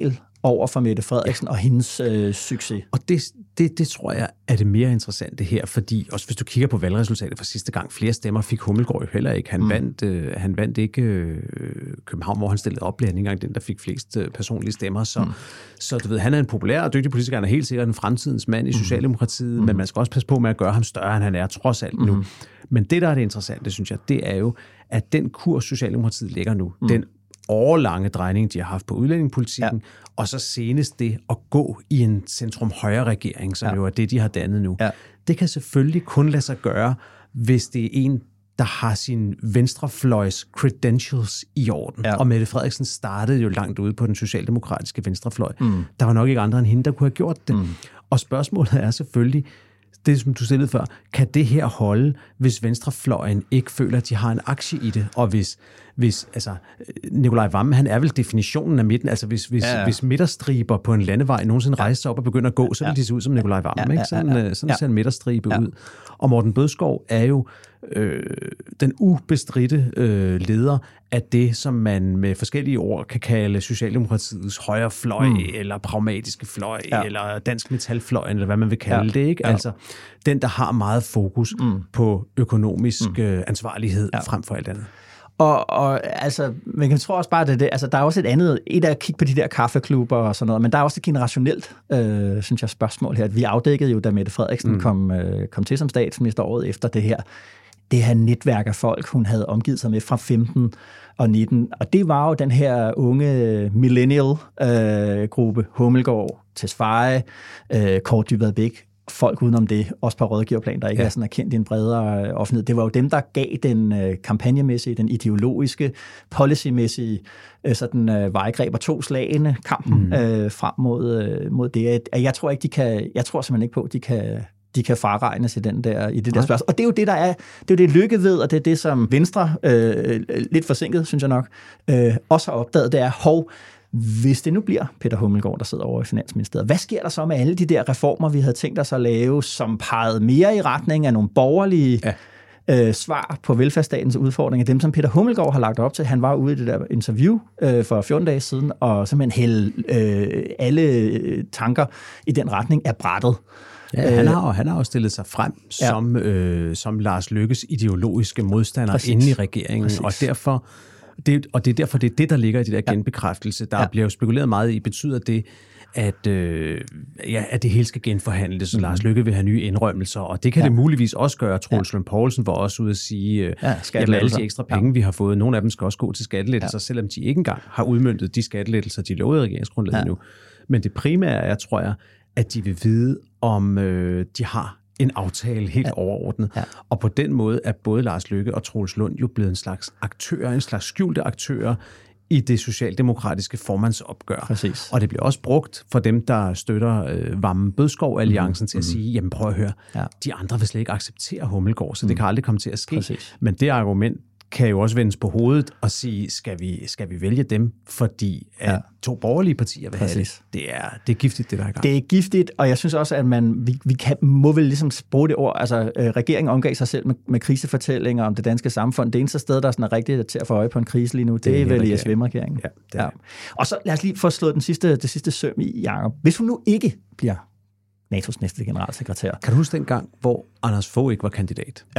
over for Mette Frederiksen ja. og hendes øh, succes. Og det, det, det tror jeg er det mere interessante her, fordi også hvis du kigger på valgresultatet fra sidste gang, flere stemmer fik Hummelgaard jo heller ikke. Han, mm. vandt, øh, han vandt ikke øh, København, hvor han stillede op, blev han ikke engang den, der fik flest øh, personlige stemmer. Så, mm. så du ved, han er en populær og dygtig politiker, han er helt sikkert en fremtidens mand i mm. Socialdemokratiet, mm. men man skal også passe på med at gøre ham større, end han er, trods alt nu. Mm. Men det, der er det interessante, synes jeg, det er jo, at den kurs, Socialdemokratiet lægger nu, mm. den årlange drejning, de har haft på udlændingepolitikken, ja. og så senest det at gå i en centrum-højre-regering, som ja. jo er det, de har dannet nu. Ja. Det kan selvfølgelig kun lade sig gøre, hvis det er en, der har sin venstrefløjs credentials i orden. Ja. Og Mette Frederiksen startede jo langt ude på den socialdemokratiske venstrefløj. Mm. Der var nok ikke andre end hende, der kunne have gjort det. Mm. Og spørgsmålet er selvfølgelig, det som du stillede før, kan det her holde, hvis venstrefløjen ikke føler, at de har en aktie i det, og hvis, hvis altså, Nikolaj Wammen, han er vel definitionen af midten, altså hvis, hvis, ja, ja. hvis midterstriber på en landevej nogensinde rejser sig op og begynder at gå, så vil ja. de se ud som Nikolaj Wammen, ikke? Sådan, ja, ja, ja. sådan ser en midterstribe ja. ud. Og Morten Bødskov er jo øh, den ubestridte øh, leder af det, som man med forskellige ord kan kalde Socialdemokratiets højre fløj, mm. eller pragmatiske fløj, ja. eller dansk metalfløjen, eller hvad man vil kalde ja. det, ikke? Ja. Altså den, der har meget fokus mm. på økonomisk mm. øh, ansvarlighed ja. frem for alt andet. Og, og altså, man kan tro også bare, det, det altså, der er også et andet, et af at kigge på de der kaffeklubber og sådan noget, men der er også et generationelt, øh, synes jeg, spørgsmål her. Vi afdækkede jo, da Mette Frederiksen mm. kom, øh, kom til som statsminister året efter det her, det her netværk af folk, hun havde omgivet sig med fra femten og nitten, og det var jo den her unge millennial-gruppe, øh, Hummelgaard, Tesfaye, øh, Kaare Dybvad Bek, folk udenom det, også på rådgiverplan, der ikke ja. er sådan erkendt i en bredere offentlighed. Det var jo dem, der gav den øh, kampagnemæssige, den ideologiske, policymæssige øh, sådan, øh, vejgreb og to slagene kampen mm. øh, frem mod, øh, mod det. Jeg tror ikke, de kan, jeg tror simpelthen ikke på, at de kan, de kan fraregnes i, den der, i det der spørgsmål. Og det er jo det, der er, det er jo det Lykke ved, og det er det, som Venstre, øh, lidt forsinket, synes jeg nok, øh, også har opdaget, det er, hov, hvis det nu bliver Peter Hummelgaard, der sidder over i Finansministeriet, hvad sker der så med alle de der reformer, vi havde tænkt os at lave, som pegede mere i retning af nogle borgerlige ja. øh, svar på velfærdsstatens udfordringer, dem som Peter Hummelgaard har lagt op til? Han var ude i det der interview øh, for fjorten dage siden, og simpelthen hælde øh, alle tanker i den retning af brættet. Ja, han har, han har jo stillet sig frem ja. som, øh, som Lars Løkkes ideologiske modstander Præcis. inde i regeringen, Præcis. og derfor... Det, og det er derfor, det er det, der ligger i det der ja. genbekræftelse. Der ja. bliver jo spekuleret meget i, betyder det, at, øh, ja, at det hele skal genforhandles, så mm. Lars Løkke vil have nye indrømmelser, og det kan ja. det muligvis også gøre. Troels Lund Poulsen var også ude at sige, øh, ja, at alle de ekstra penge, ja. vi har fået, nogle af dem skal også gå til skattelettelser, ja. selvom de ikke engang har udmøntet de skattelettelser, de lovede i regeringsgrundlaget ja. nu. Men det primære er, tror jeg, at de vil vide, om øh, de har en aftale helt ja. overordnet. Ja. Og på den måde er både Lars Løkke og Troels Lund jo blevet en slags aktører, en slags skjulte aktører i det socialdemokratiske formandsopgør. Præcis. Og det bliver også brugt for dem, der støtter øh, Vammen-Bødskov-alliancen mm. til at mm. sige, jamen prøv at høre, ja. de andre vil slet ikke acceptere Hummelgaard, så mm. det kan aldrig komme til at ske. Præcis. Men det argument kan jo også vendes på hovedet og sige, skal vi, skal vi vælge dem, fordi at ja. to borgerlige partier vil have det. Det er, det er giftigt, det der er i gang. Det er giftigt, og jeg synes også, at man, vi, vi kan, må vel ligesom bruge det ord, altså øh, regeringen omgav sig selv med, med krisefortællinger om det danske samfund. Det eneste sted, der er sådan er rigtigt til at få øje på en krise lige nu, det, det er, er vel i S V M-regeringen. Ja, det er. Ja. Og så lad os lige få slået den sidste, det sidste søm i, Jacob. Hvis hun nu ikke bliver N A T O's næste generalsekretær. Kan du huske den gang, hvor Anders Fogh ikke var kandidat? Ja.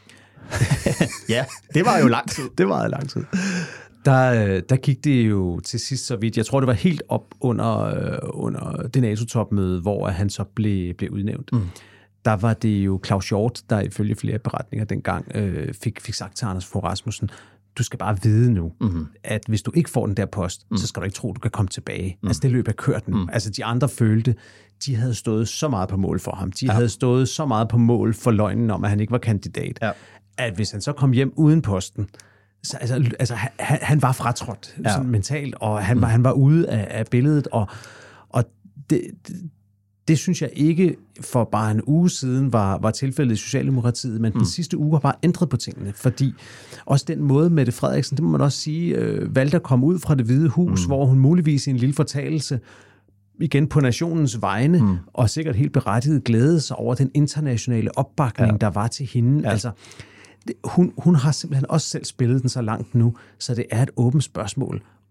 Ja, det var jo lang tid. Det var lang tid. Der, der gik det jo til sidst så vidt. Jeg tror, det var helt op under, under det NATO-topmøde, hvor han så blev, blev udnævnt. Mm. Der var det jo Claus Hjort, der ifølge flere beretninger dengang øh, fik, fik sagt til Anders Fogh Rasmussen, du skal bare vide nu, mm-hmm. at hvis du ikke får den der post, mm. så skal du ikke tro, du kan komme tilbage. Mm. Altså det løb er kørt nu. Mm. Altså de andre følte, de havde stået så meget på mål for ham. De ja. havde stået så meget på mål for løgnen om, at han ikke var kandidat. Ja. At hvis han så kom hjem uden posten, så altså, altså han, han var fratrådt ja. sådan mentalt, og han, mm. var, han var ude af, af billedet, og, og det, det, det synes jeg ikke for bare en uge siden var, var tilfældet i Socialdemokratiet, men mm. den sidste uge har bare ændret på tingene, fordi også den måde Mette Frederiksen, det må man også sige, øh, valgte at komme ud fra Det Hvide Hus, mm. hvor hun muligvis i en lille fortalelse igen på nationens vegne, mm. og sikkert helt berettiget glædede sig over den internationale opbakning, ja. der var til hende. Ja. Altså, det, hun, hun har simpelthen også selv spillet den så langt nu, så det er et åbent spørgsmål,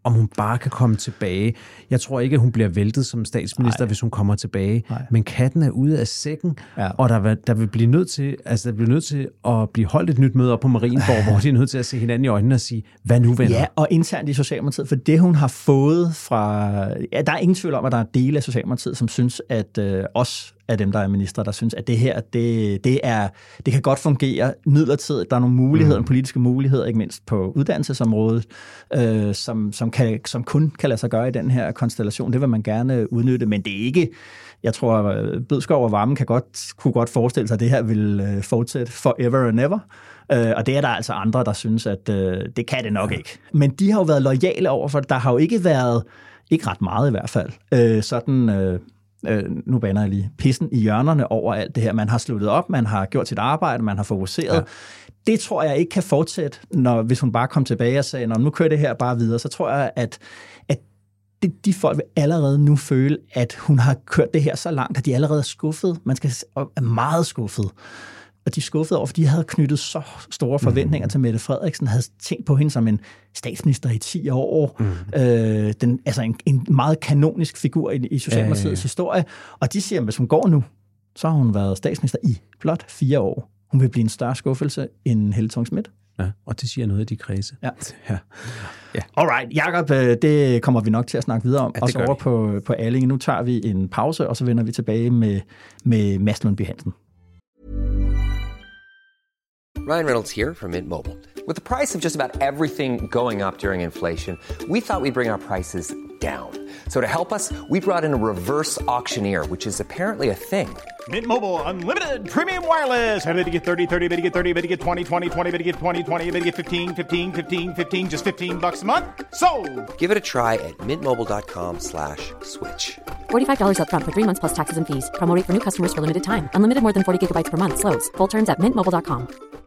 om hun bare kan komme tilbage. Jeg tror ikke, at hun bliver væltet som statsminister, Nej. hvis hun kommer tilbage. Nej. Men katten er ude af sækken, ja. og der vil, der vil blive nødt til, altså der bliver nødt til at blive holdt et nyt møde op på Marienborg, hvor de er nødt til at se hinanden i øjnene og sige, hvad nu, venner? Ja, og internt i Socialdemokratiet, for det hun har fået fra... Ja, der er ingen tvivl om, at der er dele af Socialdemokratiet, som synes, at øh, os af dem, der er minister, der synes, at det her, det, det, er, det kan godt fungere midlertidigt. Der er nogle muligheder, mm. politiske muligheder, ikke mindst på uddannelsesområdet, øh, som, som, kan, som kun kan lade sig gøre i den her konstellation. Det vil man gerne udnytte, men det er ikke... Jeg tror, Bødskov og Wammen kan godt, kunne godt forestille sig, at det her vil fortsætte forever and ever. Og det er der altså andre, der synes, at det kan det nok ikke. Men de har jo været loyale over, for der har jo ikke været, ikke ret meget i hvert fald, sådan... nu baner jeg lige, pissen i hjørnerne over alt det her. Man har sluttet op, man har gjort sit arbejde, man har fokuseret. Ja. Det tror jeg ikke kan fortsætte, når, hvis hun bare kom tilbage og sagde, nu kører det her bare videre. Så tror jeg, at, at det, de folk vil allerede nu føle, at hun har kørt det her så langt, at de allerede er skuffet. Man skal er meget skuffet. Og de er skuffet over, fordi de havde knyttet så store forventninger mm. til Mette Frederiksen, havde tænkt på hende som en statsminister i ti år. Mm. Øh, den, altså en, en meget kanonisk figur i, i Socialdemokratiets ja, ja, ja. historie. Og de siger, at hvis hun går nu, så har hun været statsminister i blot fire år. Hun vil blive en større skuffelse end Helle Thorning-Schmidt. Ja, og det siger noget af de kredse. Ja. ja. ja. Alright, Jacob, det kommer vi nok til at snakke videre om. Ja, også over på, på Allinge. Nu tager vi en pause, og så vender vi tilbage med, med Mads Lundby Hansen. Ryan Reynolds here from Mint Mobile. With the price of just about everything going up during inflation, we thought we'd bring our prices down. So to help us, we brought in a reverse auctioneer, which is apparently a thing. Mint Mobile Unlimited Premium Wireless. How to get thirty, thirty, how to get thirty, how to get twenty, twenty, twenty, how to get twenty, twenty, how to get fifteen, fifteen, fifteen, fifteen, just fifteen bucks a month? Sold! Give it a try at mintmobile.com slash switch. forty-five dollars up front for three months plus taxes and fees. Promo rate for new customers for limited time. Unlimited more than forty gigabytes per month. Slows full terms at mint mobile dot com.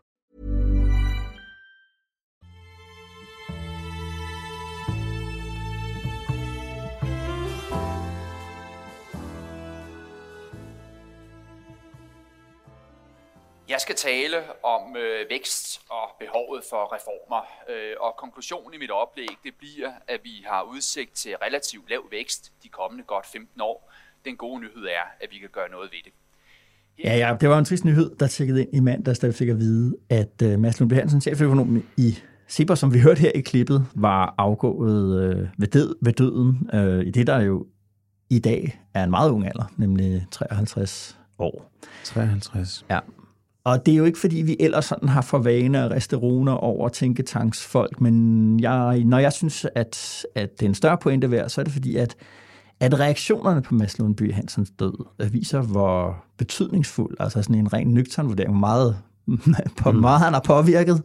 Jeg skal tale om øh, vækst og behovet for reformer, øh, og konklusionen i mit oplæg, det bliver, at vi har udsigt til relativt lav vækst de kommende godt femten år. Den gode nyhed er, at vi kan gøre noget ved det. Her... Ja, ja, det var en trist nyhed, der tjekkede ind i mandags, da vi fik at vide, at uh, Mads Lundby Hansen, cheføkonom i CEPOS, som vi hørte her i klippet, var afgået uh, ved, død, ved døden uh, i det, der jo i dag er en meget ung alder, nemlig treoghalvtreds år. treoghalvtreds. Ja. Og det er jo ikke, fordi vi ellers sådan har for vane at riste runer over tænketanksfolk, men jeg, når jeg synes, at, at det er en større pointe værd, så er det fordi, at, at reaktionerne på Mads Lundby Hansens død viser, hvor betydningsfuld, altså sådan en ren nøgtern vurdering, hvor meget, på mm. meget han har påvirket.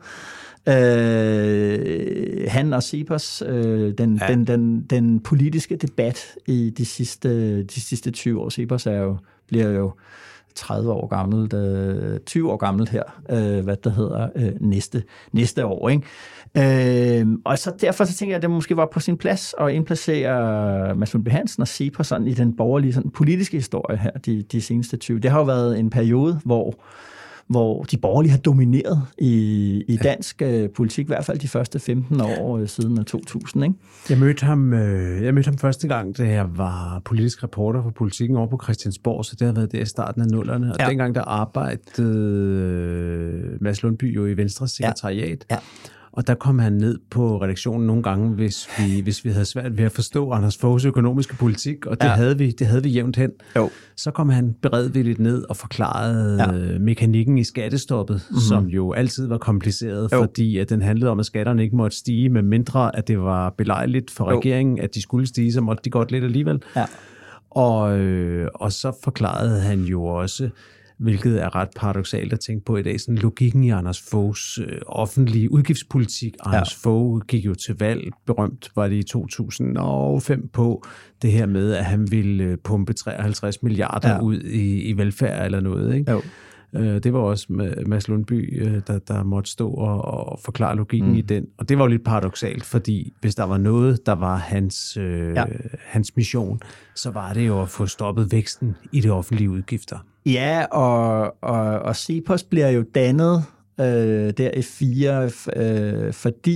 Øh, han og CEPOS, øh, den, ja. den, den, den politiske debat i de sidste, de sidste tyve år. CEPOS er jo, bliver jo tredive år gammelt, øh, tyve år gammelt her, øh, hvad der hedder, øh, næste, næste år, ikke? Øh, og så derfor så tænker jeg, at det måske var på sin plads at indplacere Mads Lundby Hansen og CEPOS sådan i den borgerlige sådan, politiske historie her de, de seneste tyve. Det har jo været en periode, hvor hvor de borgerlige har domineret i, i dansk ja. politik, i hvert fald de første femten år øh, siden to tusind. Ikke? Jeg mødte ham, øh, jeg mødte ham første gang, da jeg var politisk reporter for Politikken over på Christiansborg, så det har været der i starten af nullerne. Og ja. dengang der arbejdede øh, Mads Lundby jo i Venstres sekretariat. Ja. Ja. Og der kom han ned på redaktionen nogle gange, hvis vi, hvis vi havde svært ved at forstå Anders Foghs økonomiske politik, og det, ja. havde, vi, det havde vi jævnt hen. Jo. Så kom han beredvilligt ned og forklarede ja. mekanikken i skattestoppet, mm-hmm. som jo altid var kompliceret, jo. fordi at den handlede om, at skatterne ikke måtte stige, med mindre at det var belejligt for jo. regeringen, at de skulle stige, så måtte de godt lidt alligevel. Ja. Og, øh, og så forklarede han jo også, hvilket er ret paradoksalt at tænke på i dag, sådan logikken i Anders Foghs øh, offentlige udgiftspolitik. Anders ja. Fogh gik jo til valg, berømt var det i to tusind og fem på, det her med, at han ville pumpe treoghalvtreds milliarder ja. ud i, i velfærd eller noget, ikke? Jo. Det var også Mads Lundby, der, der måtte stå og, og forklare logikken mm. i den. Og det var jo lidt paradoksalt, fordi hvis der var noget, der var hans, øh, ja. hans mission, så var det jo at få stoppet væksten i de offentlige udgifter. Ja, og, og, og CEPOS bliver jo dannet øh, der i fire, øh, fordi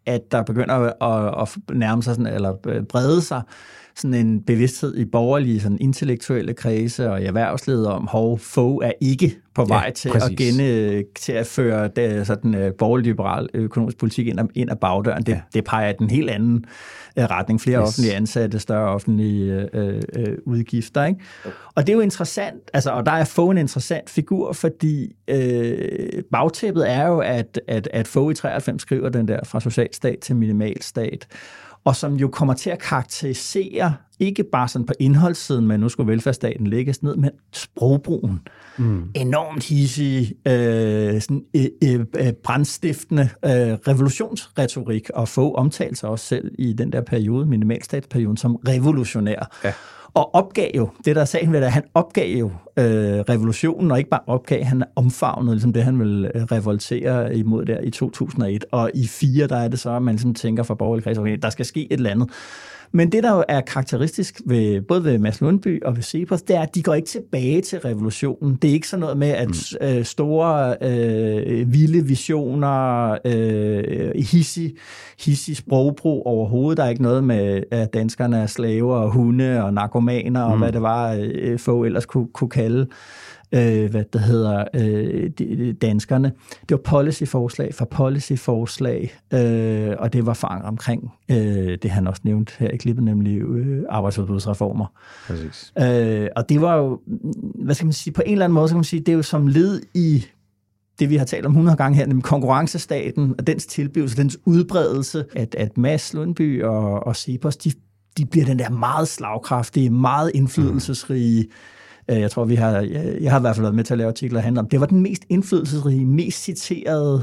at der begynder at, at nærme sig sådan, eller brede sig sådan en bevidsthed i borgerlige, sådan intellektuelle kredse og i erhvervslivet om, hov, Fogh er ikke på vej ja, til, at gene, til at føre det, sådan, uh, borgerlig-liberal økonomisk politik ind, ind ad bagdøren. Det, ja. det peger i den helt anden uh, retning. Flere yes. offentlige ansatte, større offentlige uh, uh, udgifter. Ikke? Okay. Og det er jo interessant, altså, og der er Fogh en interessant figur, fordi uh, bagtæppet er jo, at, at, at Fogh i treoghalvfems skriver den der fra socialstat til minimalstat, og som jo kommer til at karakterisere, ikke bare sådan på indholdssiden, men nu skulle velfærdsstaten lægges ned, men sprogbrugen. Mm. Enormt hissig, øh, sådan, øh, øh, brandstiftende øh, revolutionsretorik, og Fogh omtalte sig også selv i den der periode, minimalstatsperioden, som revolutionær. Ja. Og opgav jo, det der er sagen ved det, han opgav jo øh, revolutionen, og ikke bare opgav, han omfavnede ligesom det, han ville revoltere imod der i to tusind og et. Og i fire, der er det så, at man ligesom tænker fra borgerlig kreds, okay, der skal ske et eller andet. Men det, der jo er karakteristisk ved, både ved Mads Lundby og ved CEPOS, det er, at de går ikke tilbage til revolutionen. Det er ikke sådan noget med, at mm. øh, store, øh, vilde visioner, øh, hissig, hissig sprogbrug overhovedet. Der er ikke noget med, at danskerne er slaver og hunde og narkomaner, mm. og hvad det var, øh, Fogh ellers kunne, kunne kalde Øh, hvad det hedder, øh, de, danskerne. Det var policyforslag for policyforslag, øh, og det var forankret omkring øh, det, han også nævnte her i klippet, nemlig øh, arbejdsudbudsreformer. Præcis. Øh, og det var jo, hvad skal man sige, på en eller anden måde, så kan man sige, det er jo som led i det, vi har talt om hundrede gange her, nemlig konkurrencestaten og dens tilblivelse, dens udbredelse, at, at Mads Lundby og, og CEPOS, de, de bliver den der meget slagkraftige, meget indflydelsesrige. Jeg tror, vi har, jeg har i hvert fald været med til at lave artikler, der handler om, det var den mest indflydelsesrige, mest citerede,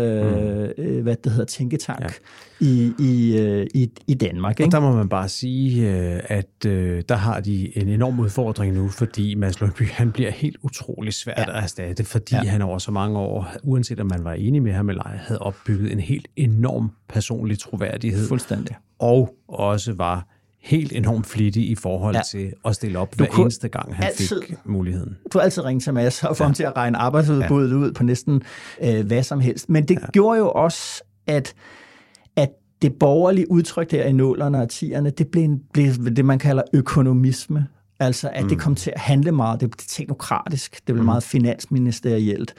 øh, mm. hvad det hedder, tænketank ja. i, i, i, i Danmark. Ikke? Og der må man bare sige, at øh, der har de en enorm udfordring nu, fordi Mads Lundby, han bliver helt utrolig svært ja. at erstatte, fordi ja. han over så mange år, uanset om man var enig med ham eller ej, havde opbygget en helt enorm personlig troværdighed. Fuldstændig. Og også var helt enormt flittig i forhold ja. til at stille op du hver eneste gang, han altid, fik muligheden. Du har altid ringet til Mads og få ja. ham til at regne arbejdsudbuddet ja. ud på næsten øh, hvad som helst. Men det ja. gjorde jo også, at, at det borgerlige udtryk der i nullerne og tierne, det blev, en, blev det, man kalder økonomisme. Altså, at mm. det kom til at handle meget. Det blev teknokratisk. Det blev mm. meget finansministerielt.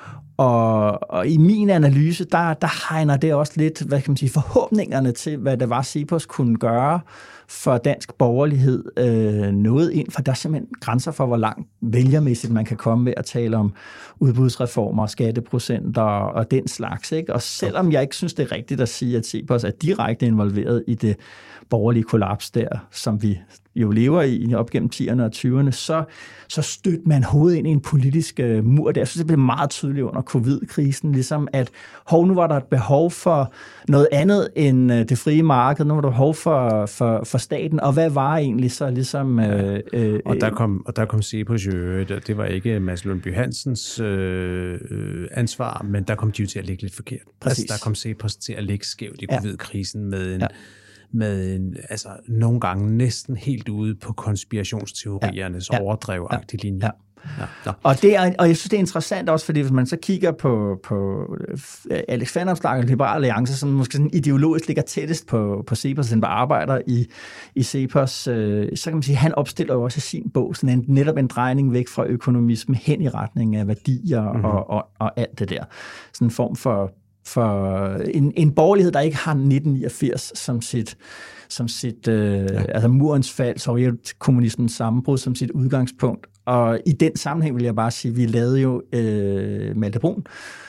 Og, og i min analyse, der, der hegner det også lidt, hvad kan man sige, forhåbningerne til, hvad det var, CEPOS kunne gøre for dansk borgerlighed øh, noget ind, for der er simpelthen grænser for, hvor langt vælgermæssigt man kan komme med at tale om udbudsreformer, skatteprocenter og den slags. Ikke? Og selvom jeg ikke synes, det er rigtigt at sige, at CEPOS er direkte involveret i det borgerlige kollaps der, som vi jo lever i op gennem tierne og tyverne, så, så stødte man hovedet ind i en politisk uh, mur der. Jeg synes, det blev meget tydeligt under covid-krisen, ligesom at hov, nu var der et behov for noget andet end uh, det frie marked, nu var der behov for, for, for staten, og hvad var egentlig så ligesom... Uh, uh, og, der kom, og der kom CEPOS jo, det var ikke Mads Lundby Hansens øh, ansvar, men der kom de jo til at ligge lidt forkert. Præcis. Der kom CEPOS til at ligge skævt i covid-krisen med en... Ja. med en, altså nogle gange næsten helt ude på konspirationsteoriernes ja, ja, overdrev-agtig ja, linje. Ja. Ja, og, det er, og jeg synes, det er interessant også, fordi hvis man så kigger på, på Alex Vanopslagh og Liberal Alliance, som måske sådan ideologisk ligger tættest på, på CEPOS, den bare arbejder i, i CEPOS, øh, så kan man sige, at han opstiller jo også i sin bog sådan en, netop en drejning væk fra økonomisme hen i retning af værdier mm-hmm. og, og, og alt det der. Sådan en form for for en, en borgerlighed, der ikke har nitten niogfirs som sit, som sit øh, ja. altså murens fald, sovjetkommunismens sammenbrud som sit udgangspunkt. Og i den sammenhæng vil jeg bare sige, at vi lavede jo øh, Malte Brun,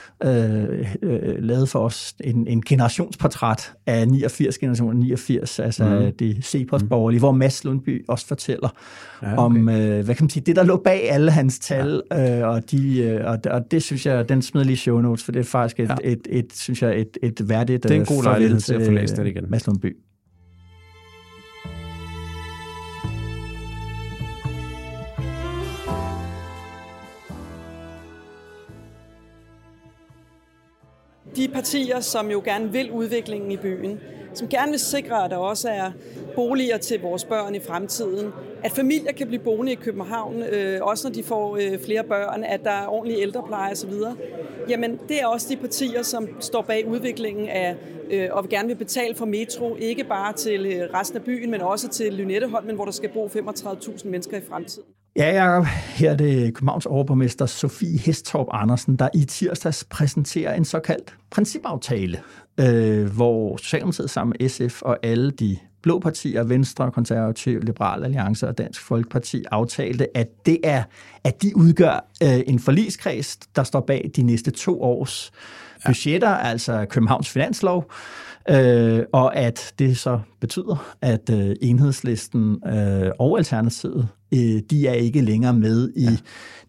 øh, øh, lavede for os en, en generationsportræt af niogfirs, generationen niogfirs, altså mm. det CEPOS-borgerlige, hvor Mads Lundby også fortæller ja, okay. om, øh, hvad kan man sige, det der lå bag alle hans tal, ja. øh, og, de, øh, og, og det synes jeg, den smider lige show notes, for det er faktisk et, ja. et, et, et synes jeg, et, et værdigt det er en god lejlighed til at få læst det igen. Mads Lundby. De partier, som jo gerne vil udviklingen i byen, som gerne vil sikre, at der også er boliger til vores børn i fremtiden, at familier kan blive boende i København, øh, også når de får øh, flere børn, at der er ordentlig ældrepleje osv., jamen det er også de partier, som står bag udviklingen af, øh, og gerne vil betale for metro, ikke bare til øh, resten af byen, men også til Lynetteholmen, hvor der skal bo femogtredive tusind mennesker i fremtiden. Ja, Jacob, her er det Københavns overborgmester Sofie Hæstorp Andersen, der i tirsdags præsenterer en såkaldt principaftale, øh, hvor Socialdemokratiet sammen med S F og alle de blå partier, Venstre, Konservative, Liberal Alliance og Dansk Folkeparti aftalte, at det er, at de udgør øh, en forligskreds, der står bag de næste to års budgetter, ja. Altså Københavns finanslov, øh, og at det så betyder, at øh, Enhedslisten øh, og Alternativet, øh, de er ikke længere med i ja.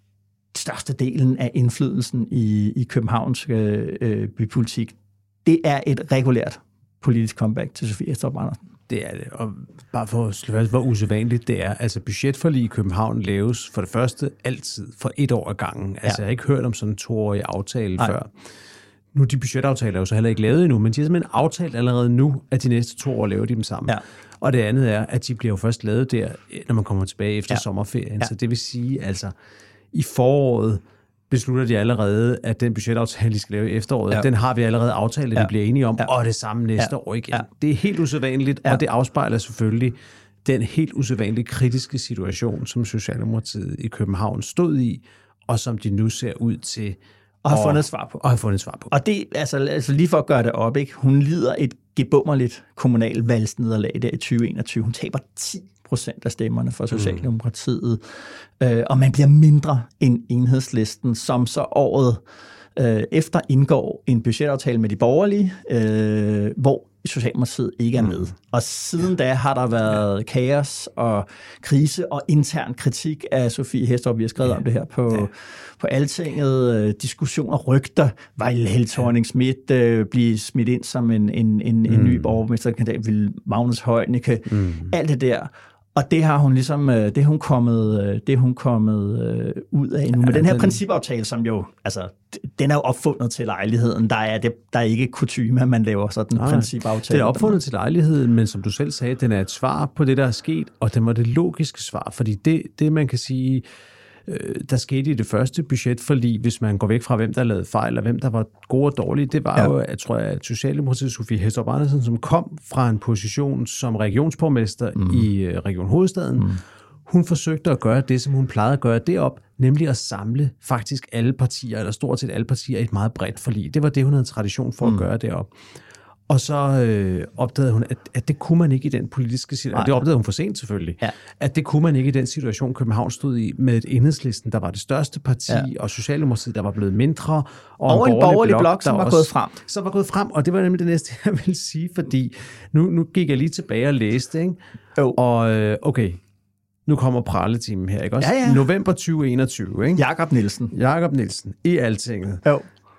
størstedelen af indflydelsen i, i Københavns øh, bypolitik. Det er et regulært politisk comeback til Sofie Hæstorp Andersen. Det er det, og bare for at slå fast, hvor usædvanligt det er. Altså budgetforlig i København laves for det første altid for et år ad gangen. Altså ja. Jeg har ikke hørt om sådan en toårig aftale Nej. før. Nu er de budgetaftaler jo så heller ikke lavet endnu, men de har simpelthen aftalt allerede nu, at de næste to år laver de dem sammen. Ja. Og det andet er, at de bliver jo først lavet der, når man kommer tilbage efter ja. sommerferien. Ja. Så det vil sige, altså i foråret beslutter de allerede, at den budgetaftale, de skal lave i efteråret, ja. den har vi allerede aftalt, at ja. vi bliver enige om, ja. og det samme næste ja. år igen. Ja. Det er helt usædvanligt, ja. og det afspejler selvfølgelig den helt usædvanligt kritiske situation, som Socialdemokratiet i København stod i, og som de nu ser ud til og har fundet svar på. Og har fundet svar på. Og det, altså, altså lige for at gøre det op, ikke? Hun lider et gebummerligt kommunalvalgsnederlag der i tyve enogtyve. Hun taber ti procent af stemmerne for Socialdemokratiet, mm. øh, og man bliver mindre end Enhedslisten, som så året øh, efter indgår en budgetaftale med de borgerlige, øh, hvor Socialdemokratiet ikke er med. Mm. Og siden da har der været ja. kaos og krise og intern kritik af Sofie Hæstorp. Vi har skrevet ja. om det her på, ja. på Altinget. Diskussioner, rygter. Vejle Helle Thorning-Schmidt øh, blive smidt ind som en, en, en, mm. en ny borgermesterkandidat. Vil Magnus Heunicke. Mm. Alt det der. Og det har hun ligesom, det er hun kommet, det er hun kommet øh, ud af nu. Ja, men den her den... principaftale, som jo, altså, den er jo opfundet til lejligheden. Der er, det, der er ikke kutyme, at man laver sådan en principaftale. Den er opfundet til lejligheden, men som du selv sagde, den er et svar på det, der er sket, og den var det logiske svar, fordi det, det man kan sige, øh, der skete i det første budgetforlig, hvis man går væk fra, hvem der lavede fejl, og hvem der var gode og dårlige, det var ja. jo, jeg tror, at Socialdemokratiet, Sofie Hæstorp Andersen, som kom fra en position som regionsborgmester mm. i uh, Region Hovedstaden, mm. hun forsøgte at gøre det, som hun plejede at gøre derop, nemlig at samle faktisk alle partier, eller stort set alle partier, i et meget bredt forlig. Det var det, hun havde tradition for mm. at gøre derop. Og så øh, opdagede hun, at, at det kunne man ikke i den politiske situation. Det opdagede hun for sent selvfølgelig. Ja. At det kunne man ikke i den situation, København stod i, med et Enhedslisten, der var det største parti, ja. og Socialdemokratiet, der var blevet mindre. Og, og en, en borgerlig blok, blok som var også, gået frem. Som var gået frem, og det var nemlig det næste, jeg ville sige, fordi nu, nu gik jeg lige tilbage og læste, ikke? Oh. Og øh, okay, nu kommer praletimen her, ikke også? Ja, ja. November tyve enogtyve, ikke? Jakob Nielsen. Jakob Nielsen i Altinget. Jo.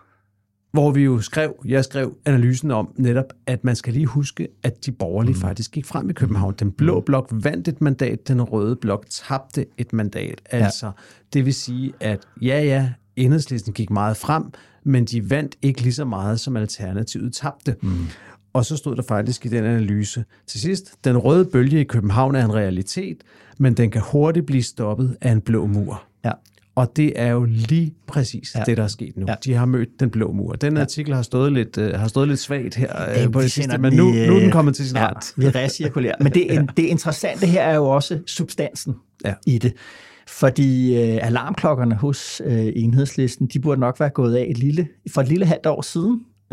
Hvor vi jo skrev, jeg skrev analysen om netop, at man skal lige huske, at de borgerlige mm. faktisk gik frem i København. Den blå blok vandt et mandat, den røde blok tabte et mandat. Altså, ja. det vil sige, at ja, ja, Enhedslisten gik meget frem, men de vandt ikke lige så meget, som Alternativet tabte. Mm. Og så stod der faktisk i den analyse til sidst, den røde bølge i København er en realitet, men den kan hurtigt blive stoppet af en blå mur. Ja. Og det er jo lige præcis ja. det, der er sket nu. Ja. De har mødt den blå mur. Den ja. artikel har stået lidt, uh, har stået lidt svagt her ja, uh, på det sidste, men nu, nu er den kommet til sin ja, ret. Vi recirkulerer. Men det, ja. det interessante her er jo også substansen ja. i det. Fordi uh, alarmklokkerne hos uh, Enhedslisten, de burde nok være gået af et lille, for et lille halvt år siden,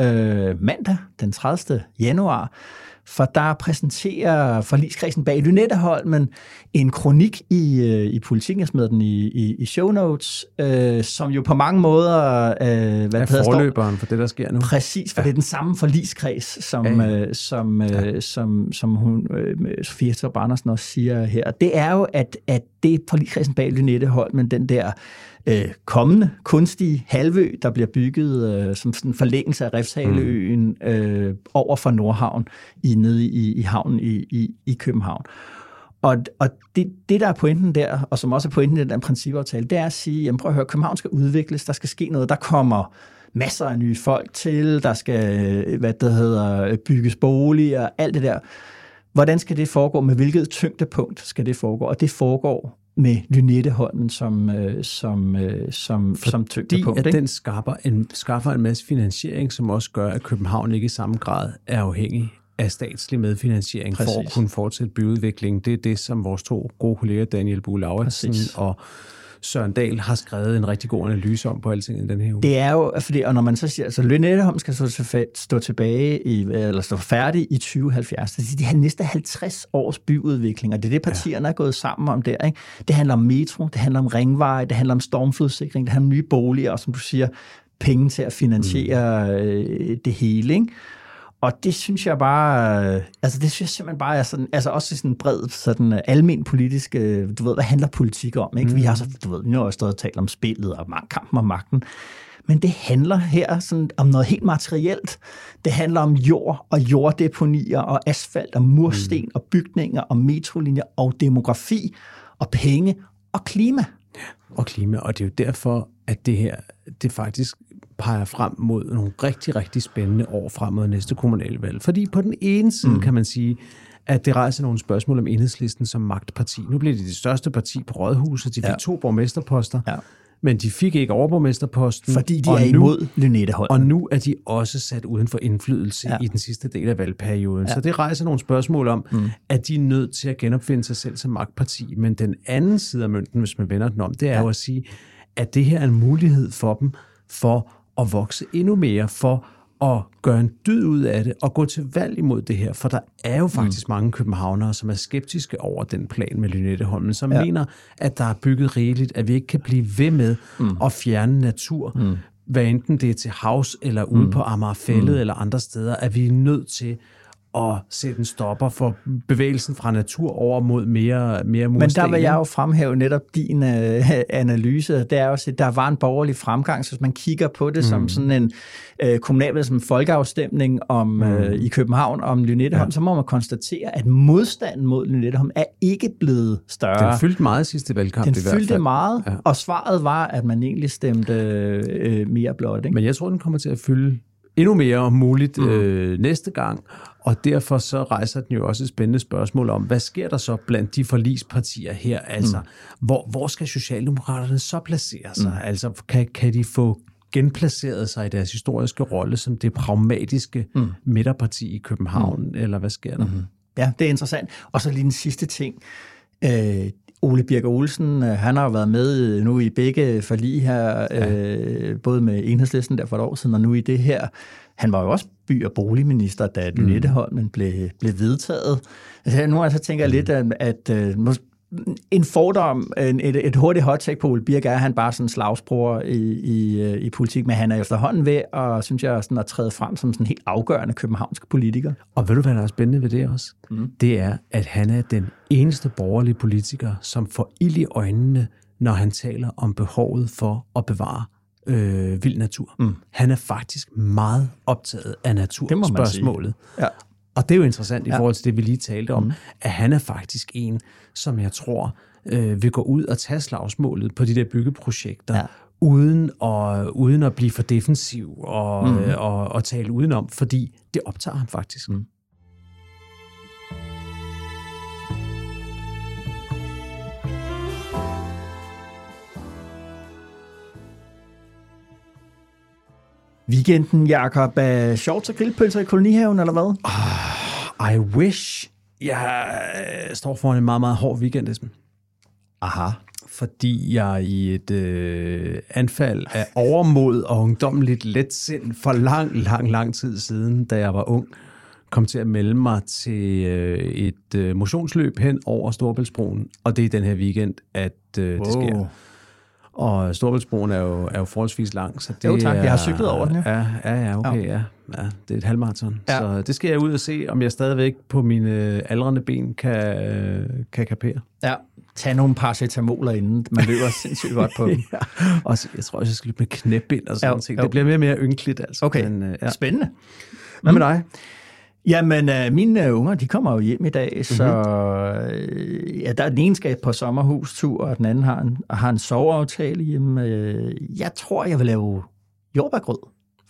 uh, mandag den tredivte januar, for der præsenterer forligskredsen bag Lynetteholmen en kronik i, i Politiken, jeg smed den i, i, i show notes, øh, som jo på mange måder øh, hvad er forløberen for det, der sker nu. Præcis, for ja. det er den samme forligskreds, som, ja, ja. Øh, som, ja. øh, som, som hun, øh, Sofie Hæstorp Andersen også siger her. Det er jo, at, at det er forligskredsen bag Lynetteholmen, den der øh, kommende kunstige halvø, der bliver bygget øh, som sådan en forlængelse af Refshaleøen øh, over for Nordhavn i, nede i, i havnen i, i, i København. Og, og det, det, der er pointen der, og som også er pointen i den principaftale, det er at sige, jamen prøv at høre, København skal udvikles, der skal ske noget, der kommer masser af nye folk til, der skal, hvad det hedder, bygges boliger, alt det der. Hvordan skal det foregå? Med hvilket tyngdepunkt skal det foregå? Og det foregår med Lynetteholmen som, som, som, som tyngdepunkt. Fordi at den skaffer en, skaffer en masse finansiering, som også gør, at København ikke i samme grad er afhængig af statslig medfinansiering. Præcis. For at kunne fortsætte byudviklingen. Det er det, som vores to gode kolleger, Daniel Bue Lauritsen og Søren Dahl, har skrevet en rigtig god analyse om på Altinget den her uge. Det er jo, fordi, og når man så siger, altså Lynetteholm skal stå, stå tilbage, i, eller stå færdig i tyve halvfjerds, det er de her næste halvtreds års byudvikling, og det er det, partierne ja. er gået sammen om der, ikke? Det handler om metro, det handler om ringveje, det handler om stormflodssikring, det handler om nye boliger, og som du siger, penge til at finansiere mm. øh, det hele, ikke? Og det synes jeg bare, altså det synes jeg simpelthen bare er sådan, altså også sådan en bred, sådan almen politisk, du ved, hvad handler politik om, ikke? Mm. Vi har så, du ved, vi har også stået og talt om spillet og kampen om magten, men det handler her sådan om noget helt materielt. Det handler om jord og jorddeponier og asfalt og mursten mm. og bygninger og metrolinjer og demografi og penge og klima. Og klima, og det er jo derfor, at det her, det faktisk peger frem mod nogle rigtig, rigtig spændende år frem mod næste kommunalvalg. Fordi på den ene side mm. kan man sige, at det rejser nogle spørgsmål om Enhedslisten som magtparti. Nu bliver det det største parti på Rådhuset. De fik ja. to borgmesterposter, ja. men de fik ikke overborgmesterposten. Fordi de er nu, imod Lynetteholm. Og nu er de også sat uden for indflydelse ja. i den sidste del af valgperioden. Ja. Så det rejser nogle spørgsmål om, mm. at de er nødt til at genopfinde sig selv som magtparti. Men den anden side af mønten, hvis man vender den om, det er ja. jo at sige, at det her er en mulighed for dem for at vokse endnu mere, for at gøre en dyd ud af det og gå til valg imod det her. For der er jo faktisk mm. mange københavnere, som er skeptiske over den plan med Lynetteholmen, som ja. mener, at der er bygget rigeligt, at vi ikke kan blive ved med mm. at fjerne natur, mm. hvad enten det er til havs eller ude mm. på Amagerfællet mm. eller andre steder, at vi er nødt til at sætte en stopper for bevægelsen fra natur over mod mere, mere mursten. Men der vil jeg jo fremhæve netop din øh, analyse. Det er også, at der var en borgerlig fremgang, så hvis man kigger på det mm. som sådan en øh, kommunal, som en folkeafstemning om, mm. øh, i København om Lynetteholm, ja. så må man konstatere, at modstanden mod Lynetteholm er ikke blevet større. Den fyldte meget sidste valgkamp. Den i hvert fald. fyldte meget, ja. og svaret var, at man egentlig stemte øh, mere blot. Ikke? Men jeg tror, den kommer til at fylde endnu mere om muligt mm. øh, næste gang, og derfor så rejser den jo også et spændende spørgsmål om, hvad sker der så blandt de forligspartier her? Altså, mm. hvor, hvor skal Socialdemokraterne så placere sig? Mm. Altså, kan, kan de få genplaceret sig i deres historiske rolle som det pragmatiske mm. midterparti i København, mm. eller hvad sker der? Mm-hmm. Ja, det er interessant. Og så lige den sidste ting. Øh, Ole Birk Olesen, han har jo været med nu i begge forlig her, ja. øh, både med Enhedslisten der for et år siden, og nu i det her. Han var jo også by- og boligminister, da Lynetteholmen mm. blev, blev vedtaget. Altså, nu altså, tænker jeg mm. lidt, at, at, at en fordom, et, et hurtigt hot take på Ole Birk, er han bare sådan en slagsbror i, i, i politik, men han er efterhånden ved, og synes jeg, sådan at træde frem som sådan en helt afgørende københavnsk politiker. Og ved du, hvad der er spændende ved det også? Mm. Det er, at han er den eneste borgerlige politiker, som får ild i øjnene, når han taler om behovet for at bevare øh, vild natur. Mm. Han er faktisk meget optaget af naturspørgsmålet. Ja. Og det er jo interessant i ja. forhold til det, vi lige talte om, mm. at han er faktisk en, som jeg tror øh, vil gå ud og tage slagsmålet på de der byggeprojekter, ja. uden, at, uden at blive for defensiv og, mm. øh, og, og tale udenom, fordi det optager ham faktisk. Mm. Weekenden, Jakob, er shorts og grillpølser i kolonihaven, eller hvad? Oh, I wish. Jeg står foran en meget, meget hård weekend, Esben. Aha. Fordi jeg i et øh, anfald af overmod og ungdommeligt letsind for lang, lang, lang tid siden, da jeg var ung, kom til at melde mig til øh, et øh, motionsløb hen over Storebæltsbroen. Og det er den her weekend, at øh, wow. det sker. Og Storebæltsbroen er jo, er jo forholdsvis lang. Så det jo tak, er, jeg har cyklet over den, ja. Ja, ja, ja okay, ja. ja. Det er et halvmarathon. Ja. Så det skal jeg ud og se, om jeg stadigvæk på mine aldrende ben kan, kan kapere. Ja, tag nogle paracetamoler inden. Man løber sindssygt godt på dem. ja. Og så, jeg tror også, jeg skal løbe med knæbind og sådan noget. Det bliver mere og mere ynkeligt, altså. Okay, Men, ja. Spændende. Hvad med dig? Jamen, øh, mine øh, unger, de kommer jo hjem i dag, mm-hmm. så øh, ja, der, den ene skal på sommerhustur, og den anden har en, har en soveaftale hjemme. Øh, jeg tror, jeg vil lave jordbærgrød.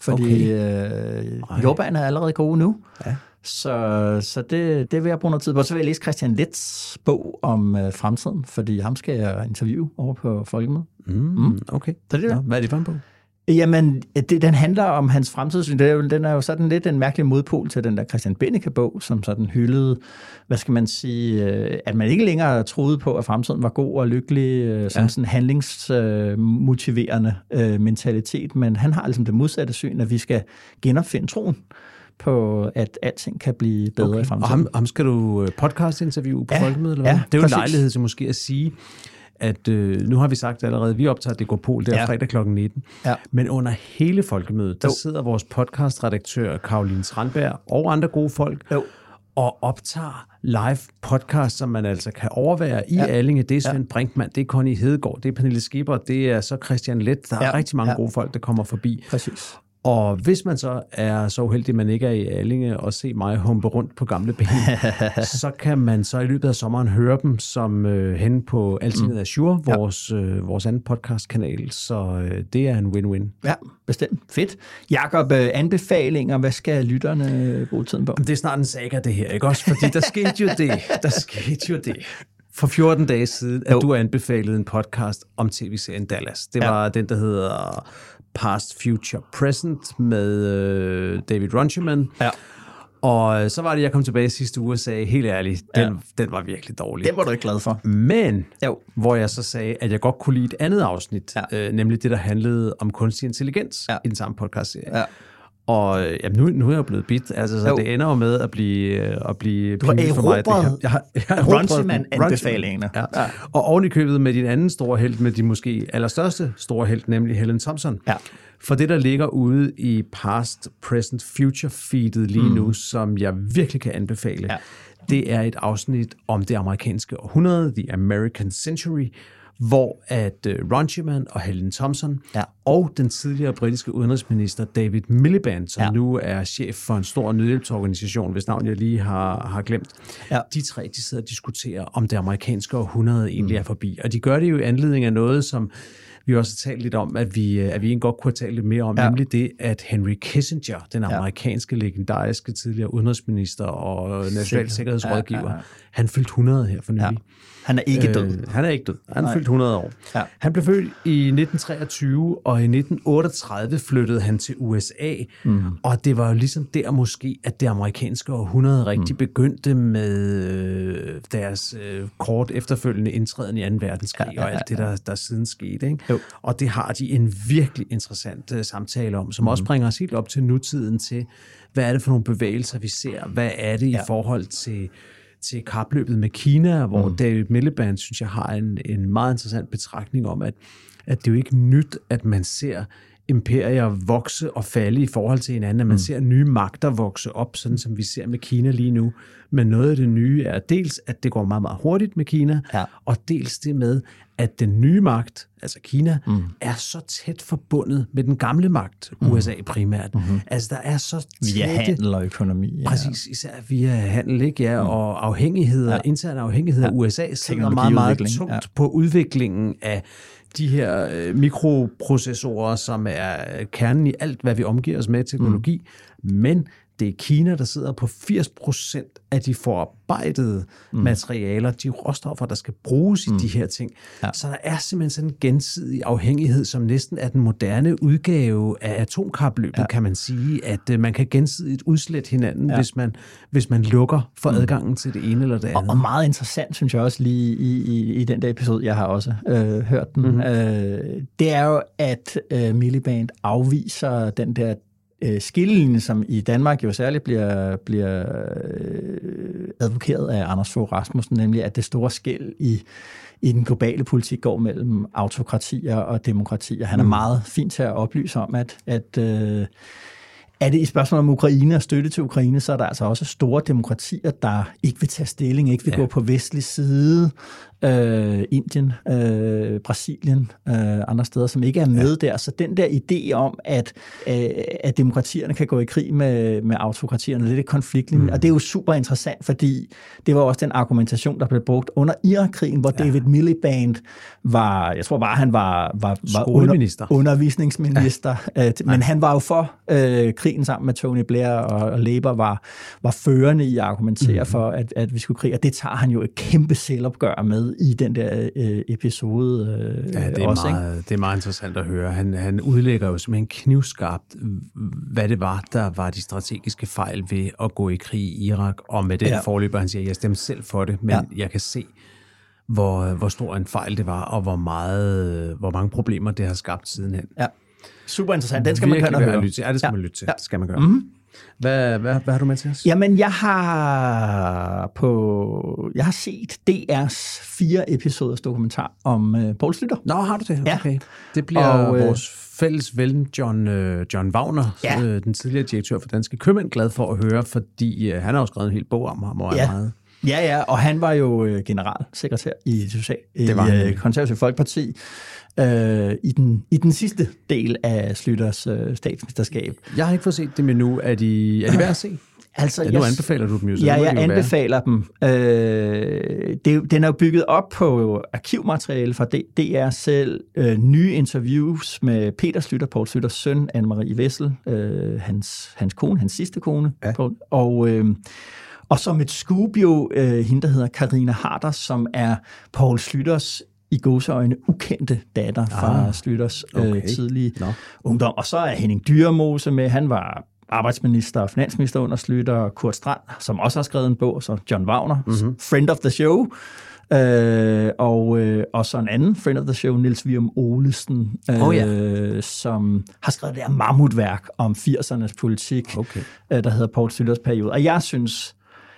fordi okay. øh, jordbærne er allerede gode nu. Ja. Så, så det, det vil jeg bruge noget tid på. Så vil jeg læse Christian Letts bog om øh, fremtiden, fordi ham skal jeg interviewe over på Folkemødet. Mm, mm. Okay. Så det er Nå, hvad er det for en bog? Jamen, det, den handler om hans fremtidssyn. Den er, jo, den er jo sådan lidt en mærkelig modpol til den der Christian Bennike-bog, som sådan hyldede, hvad skal man sige, at man ikke længere troede på, at fremtiden var god og lykkelig, som ja. sådan handlingsmotiverende øh, mentalitet. Men han har ligesom det modsatte syn, at vi skal genopfinde troen på, at alting kan blive bedre okay. i fremtiden. Og ham, ham skal du podcast-interview på ja, Folkemødet, eller hvad? Ja, det er jo præcis. en lejlighed til måske at sige, at øh, nu har vi sagt allerede, vi optager Det går Pol, det er ja. fredag klokken nitten. Ja. Men under hele Folkemødet, der jo. sidder vores podcastredaktør Caroline Strandberg og andre gode folk jo. og optager live podcast, som man altså kan overvære i ja. Allinge. Det er Svend ja. Brinkmann, det er Connie Hedegaard, det er Pernille Skipper, det er så Christian Leth. Der er ja. rigtig mange ja. gode folk, der kommer forbi. Præcis. Og hvis man så er så uheldig, at man ikke er i Allinge og se mig humpe rundt på gamle ben, så kan man så i løbet af sommeren høre dem som øh, henne på Altinget Azure, mm. vores, øh, vores anden podcastkanal. Så øh, det er en win-win. Ja, bestemt. Fedt. Jakob, øh, anbefalinger, hvad skal lytterne bruge tiden på? Det er snart en saga, det her, ikke også? Fordi der skete jo det. Der skete jo det. For fjorten dage siden, at jo. du anbefalede en podcast om tv-serien Dallas. Det var ja. den, der hedder Past, Future, Present med øh, David Runciman. Ja. Og så var det, jeg kom tilbage sidste uge og sagde, helt ærligt, den, ja. den var virkelig dårlig. Den var du ikke glad for. Men, jo. hvor jeg så sagde, at jeg godt kunne lide et andet afsnit, ja. øh, nemlig det, der handlede om kunstig intelligens ja. i den samme podcast-serie. Ja. Og jamen, nu, nu er jeg jo blevet bit, altså, så jo. det ender jo med at blive, at blive du har erobret jeg har, jeg har Runciman-anbefalingerne. Ja. Ja. Og oven i købet med din anden store helt, med de måske allerstørste store helt, nemlig Helen Thompson. Ja. For det, der ligger ude i Past, Present, Future-feedet lige mm. nu, som jeg virkelig kan anbefale, ja. det er et afsnit om det amerikanske århundrede, The American Century, hvor at uh, Runciman og Helen Thompson ja. og den tidligere britiske udenrigsminister David Miliband, som ja. nu er chef for en stor nødhjælpsorganisation, hvis navn jeg lige har, har glemt, ja. de tre de sidder og diskuterer, om det amerikanske århundrede egentlig mm. er forbi. Og de gør det jo i anledning af noget, som vi også har talt lidt om, at vi, at vi egentlig godt kunne tale lidt mere om, ja. nemlig det, at Henry Kissinger, den amerikanske ja. legendariske tidligere udenrigsminister og national sikkerhedsrådgiver, ja, ja, ja. han fyldte hundrede her for nylig. Ja. Han er ikke død. Øh, han er ikke død. Han er fyldt hundrede år. Ja. Han blev født i nitten treogtyve, og i nitten otteogtredive flyttede han til U S A. Mm. Og det var jo ligesom der måske, at det amerikanske århundrede rigtig mm. begyndte med øh, deres øh, kort efterfølgende indtræden i anden verdenskrig, ja, ja, ja, ja. og alt det, der, der siden skete. Ikke? Og det har de en virkelig interessant uh, samtale om, som mm. også bringer os helt op til nutiden til, hvad er det for nogle bevægelser, vi ser? Hvad er det ja. i forhold til til kapløbet med Kina, hvor mm. David Miliband, synes jeg, har en, en meget interessant betragtning om, at, at det er jo ikke nyt, at man ser imperier vokse og falde i forhold til hinanden, at man mm. ser nye magter vokse op, sådan som vi ser med Kina lige nu. Men noget af det nye er dels, at det går meget, meget hurtigt med Kina, ja. og dels det med, at den nye magt, altså Kina, mm. er så tæt forbundet med den gamle magt, mm. U S A primært. Mm-hmm. Altså, der er så tætte... Via handel og økonomi. Ja. Præcis, især via handel, ikke? Ja, mm. og afhængigheder, ja. interne afhængigheder. Ja. U S A sidder meget, meget tungt ja. på udviklingen af de her øh, mikroprocessorer, som er kernen i alt, hvad vi omgiver os med teknologi. Mm. Men det er Kina, der sidder på firs procent af de forarbejdede mm. materialer, de råstoffer, der skal bruges mm. i de her ting. Ja. Så der er simpelthen sådan en gensidig afhængighed, som næsten er den moderne udgave af atomkapløbet, ja. kan man sige, at uh, man kan gensidigt udslette hinanden, ja. hvis, man, hvis man lukker for mm. adgangen til det ene eller det andet. Og, og meget interessant, synes jeg også lige i, i, i den der episode, jeg har også øh, hørt den, mm-hmm. øh, det er jo, at øh, Miliband afviser den der skillelinje, som i Danmark jo særligt bliver, bliver advokeret af Anders Fogh Rasmussen, nemlig at det store skel i, i den globale politik går mellem autokratier og demokratier. Han er mm. meget fint til at oplyse om, at, at, er det i spørgsmålet om Ukraine og støtte til Ukraine, så er der altså også store demokratier, der ikke vil tage stilling, ikke vil ja. gå på vestlig side. Øh, Indien, øh, Brasilien, øh, andre steder, som ikke er med ja. der. Så den der idé om, at, øh, at demokratierne kan gå i krig med, med autokratierne, det er konfliktlinjen. Mm. Og det er jo super interessant, fordi det var også den argumentation, der blev brugt under Irak-krigen, hvor ja. David Miliband var, jeg tror bare, han var, var, var under, undervisningsminister, ja. øh, men han var jo for øh, krigen sammen med Tony Blair, og, og Labour var, var førende i at argumentere mm. for, at, at vi skulle krige, og det tager han jo et kæmpe selvopgør med i den der øh, episode øh, ja, det er også. Meget, det er meget interessant at høre. Han, han udlægger jo simpelthen knivskarpt, hvad det var, der var de strategiske fejl ved at gå i krig i Irak, og med den ja. forløber, han siger, jeg stemte selv for det, men ja. jeg kan se, hvor, hvor stor en fejl det var, og hvor, meget, hvor mange problemer det har skabt sidenhen. Ja, super interessant. Den skal man kunne høre. Lytte til. Ja, det skal ja. man lytte til. Ja. Det skal man gøre. Mm-hmm. Hvad, hvad, hvad har du med til os? Jamen, jeg har på jeg har set D R's fire episoders dokumentar om uh, Poul Schlüter. Nå, har du det? Ja. Okay. Det bliver og, øh, vores fælles ven, John, uh, John Wagner, ja. øh, den tidligere direktør for Danske Købmænd, glad for at høre, fordi uh, han har jo skrevet en hel bog om ham, og ja. er meget... Ja, ja, og han var jo øh, generalsekretær i det øh, Konservative Folkeparti øh, i, den, i den sidste del af Schlüters øh, statsministerskab. Jeg har ikke fået set dem endnu. Er de, er de værd at se? Altså, ja, nu anbefaler du dem jo. Ja, jeg anbefaler være. dem. Øh, det, den er jo bygget op på arkivmateriale fra D R selv, øh, nye interviews med Peter Schlüter, Poul Schlüters søn, Anne-Marie Wessel, øh, hans, hans kone, hans sidste kone, ja. Poul, og... Øh, Og som et scoop jo, øh, hende, der hedder Karina Harder, som er Poul Schlüters i gåseøjne ukendte datter fra ah, Schlüters øh, okay. tidlige no. ungdom. Og så er Henning Dyremose med, han var arbejdsminister og finansminister under Schlüter, Kurt Strand, som også har skrevet en bog, så John Wagner, mm-hmm. friend of the show, øh, og, øh, og så en anden friend of the show, Niels Vium Olesen, øh, oh, yeah. som har skrevet det her mammutværk om firsernes politik, okay. øh, der hedder Poul Schlüters periode. Og jeg synes...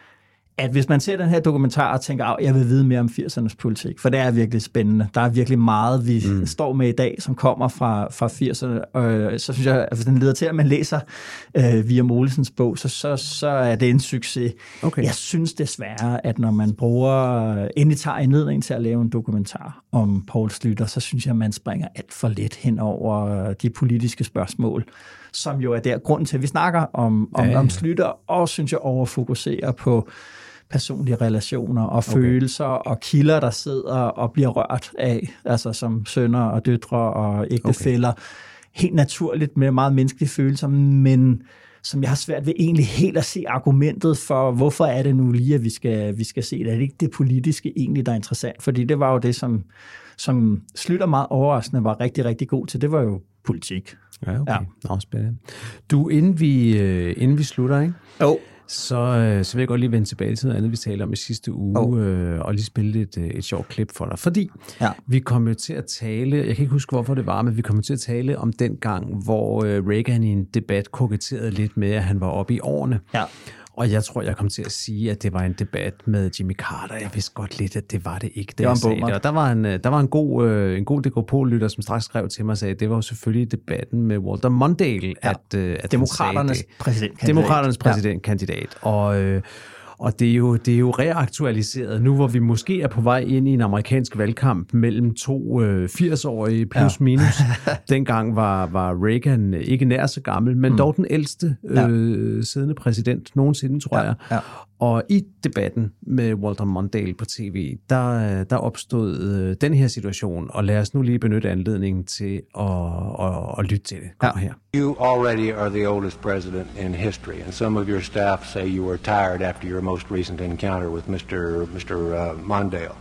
at hvis man ser den her dokumentar og tænker, at jeg vil vide mere om firsernes politik, for det er virkelig spændende. Der er virkelig meget, vi mm. står med i dag, som kommer fra, fra firserne. Og så synes jeg, at hvis den leder til, at man læser øh, Vium Olesens bog, så, så, så er det en succes. Okay. Jeg synes desværre, at når man bruger, endelig tager indledning til at lave en dokumentar om Poul Schlüter, så synes jeg, at man springer alt for let hen over de politiske spørgsmål, som jo er der grunden til, at vi snakker om, om, ja, ja. om Schlüter, og synes jeg overfokuserer på personlige relationer og okay. følelser og kilder, der sidder og bliver rørt af, altså som sønner og døtre og ægtefæller. Okay. Helt naturligt med meget menneskelige følelser, men som jeg har svært ved egentlig helt at se argumentet for, hvorfor er det nu lige, at vi skal, vi skal se det. Er det ikke det politiske egentlig, der er interessant? Fordi det var jo det, som, som Schlüter meget overraskende var rigtig, rigtig god til. Det var jo politik. Ja, okay. Ja. Nå, spændende. Du, inden vi, øh, inden vi slutter, ikke? Jo. Så, øh, så vil jeg godt lige vende tilbage til noget andet, vi talte om i sidste uge, oh. øh, og lige spille et, et sjovt klip for dig. Fordi ja. vi kom jo til at tale, jeg kan ikke huske, hvorfor det var, men vi kom til at tale om den gang, hvor øh, Reagan i en debat koketterede lidt med, at han var oppe i årene. Ja. Og jeg tror, jeg kom til at sige, at det var en debat med Jimmy Carter. Jeg vidste godt lidt, at det var det ikke, det, det var en det. Og der var en, der var en god, øh, en god D K P-lytter, som straks skrev til mig og sagde, at det var jo selvfølgelig debatten med Walter Mondale, ja. at, øh, at Demokraternes præsidentkandidat. Demokraternes præsidentkandidat. Ja. Og... Øh, Og det er, jo, det er jo reaktualiseret nu, hvor vi måske er på vej ind i en amerikansk valgkamp mellem to øh, firs-årige plus ja. minus. Dengang var, var Reagan ikke nær så gammel, men mm. dog den ældste øh, ja. siddende præsident nogensinde, tror ja. jeg. Ja. Og i debatten med Walter Mondale på tv, der, der opstod øh, den her situation, og lad os nu lige benytte anledningen til at, at, at lytte til det. Kom ja. her. You already are the oldest president in history, and some of your staff say you were tired after your most recent encounter with Mister Mister Uh, Mondale.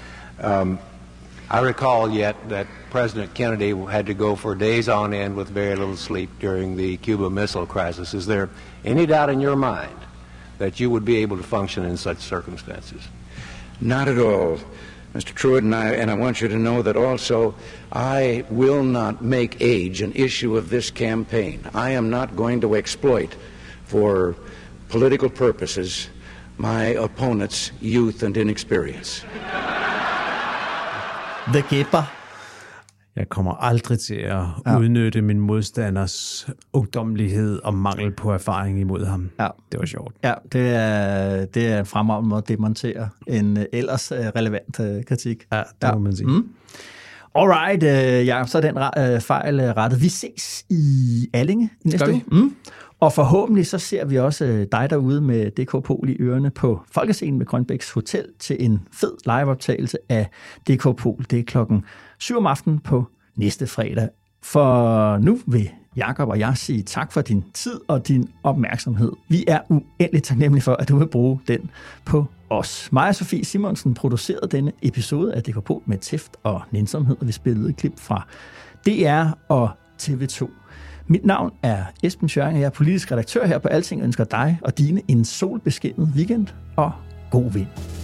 Um, I recall yet that President Kennedy had to go for days on end with very little sleep during the Cuba Missile Crisis. Is there any doubt in your mind that you would be able to function in such circumstances? Not at all, Mister Truitt, and I, and I want you to know that also I will not make age an issue of this campaign. I am not going to exploit for political purposes my opponent's youth and inexperience. The Gipper. Jeg kommer aldrig til at ja. udnytte min modstanders ungdommelighed og mangel på erfaring imod ham. Ja. Det var sjovt. Ja, det er, det er en fremragende måde at demontere en ellers relevant uh, kritik. Ja, det ja. må man sige. Mm. Alright, uh, ja, så er den uh, fejl uh, rettet. Vi ses i Allinge i næste uge. Mm. Og forhåbentlig så ser vi også uh, dig derude med D K Pol i ørerne på Folkescenen med Grønbæks Hotel til en fed liveoptagelse af D K Pol. Det er klokken syv om aftenen på næste fredag. For nu vil Jakob og jeg sige tak for din tid og din opmærksomhed. Vi er uendelig taknemmelige for, at du vil bruge den på os. Maja Sofie Simonsen producerede denne episode af D K Pol med tæft og nænsomhed, og vi spillede et klip fra D R og T V to. Mit navn er Esben Schøring, og jeg er politisk redaktør her på Alting. Jeg ønsker dig og dine en solbeskinnet weekend og god vind.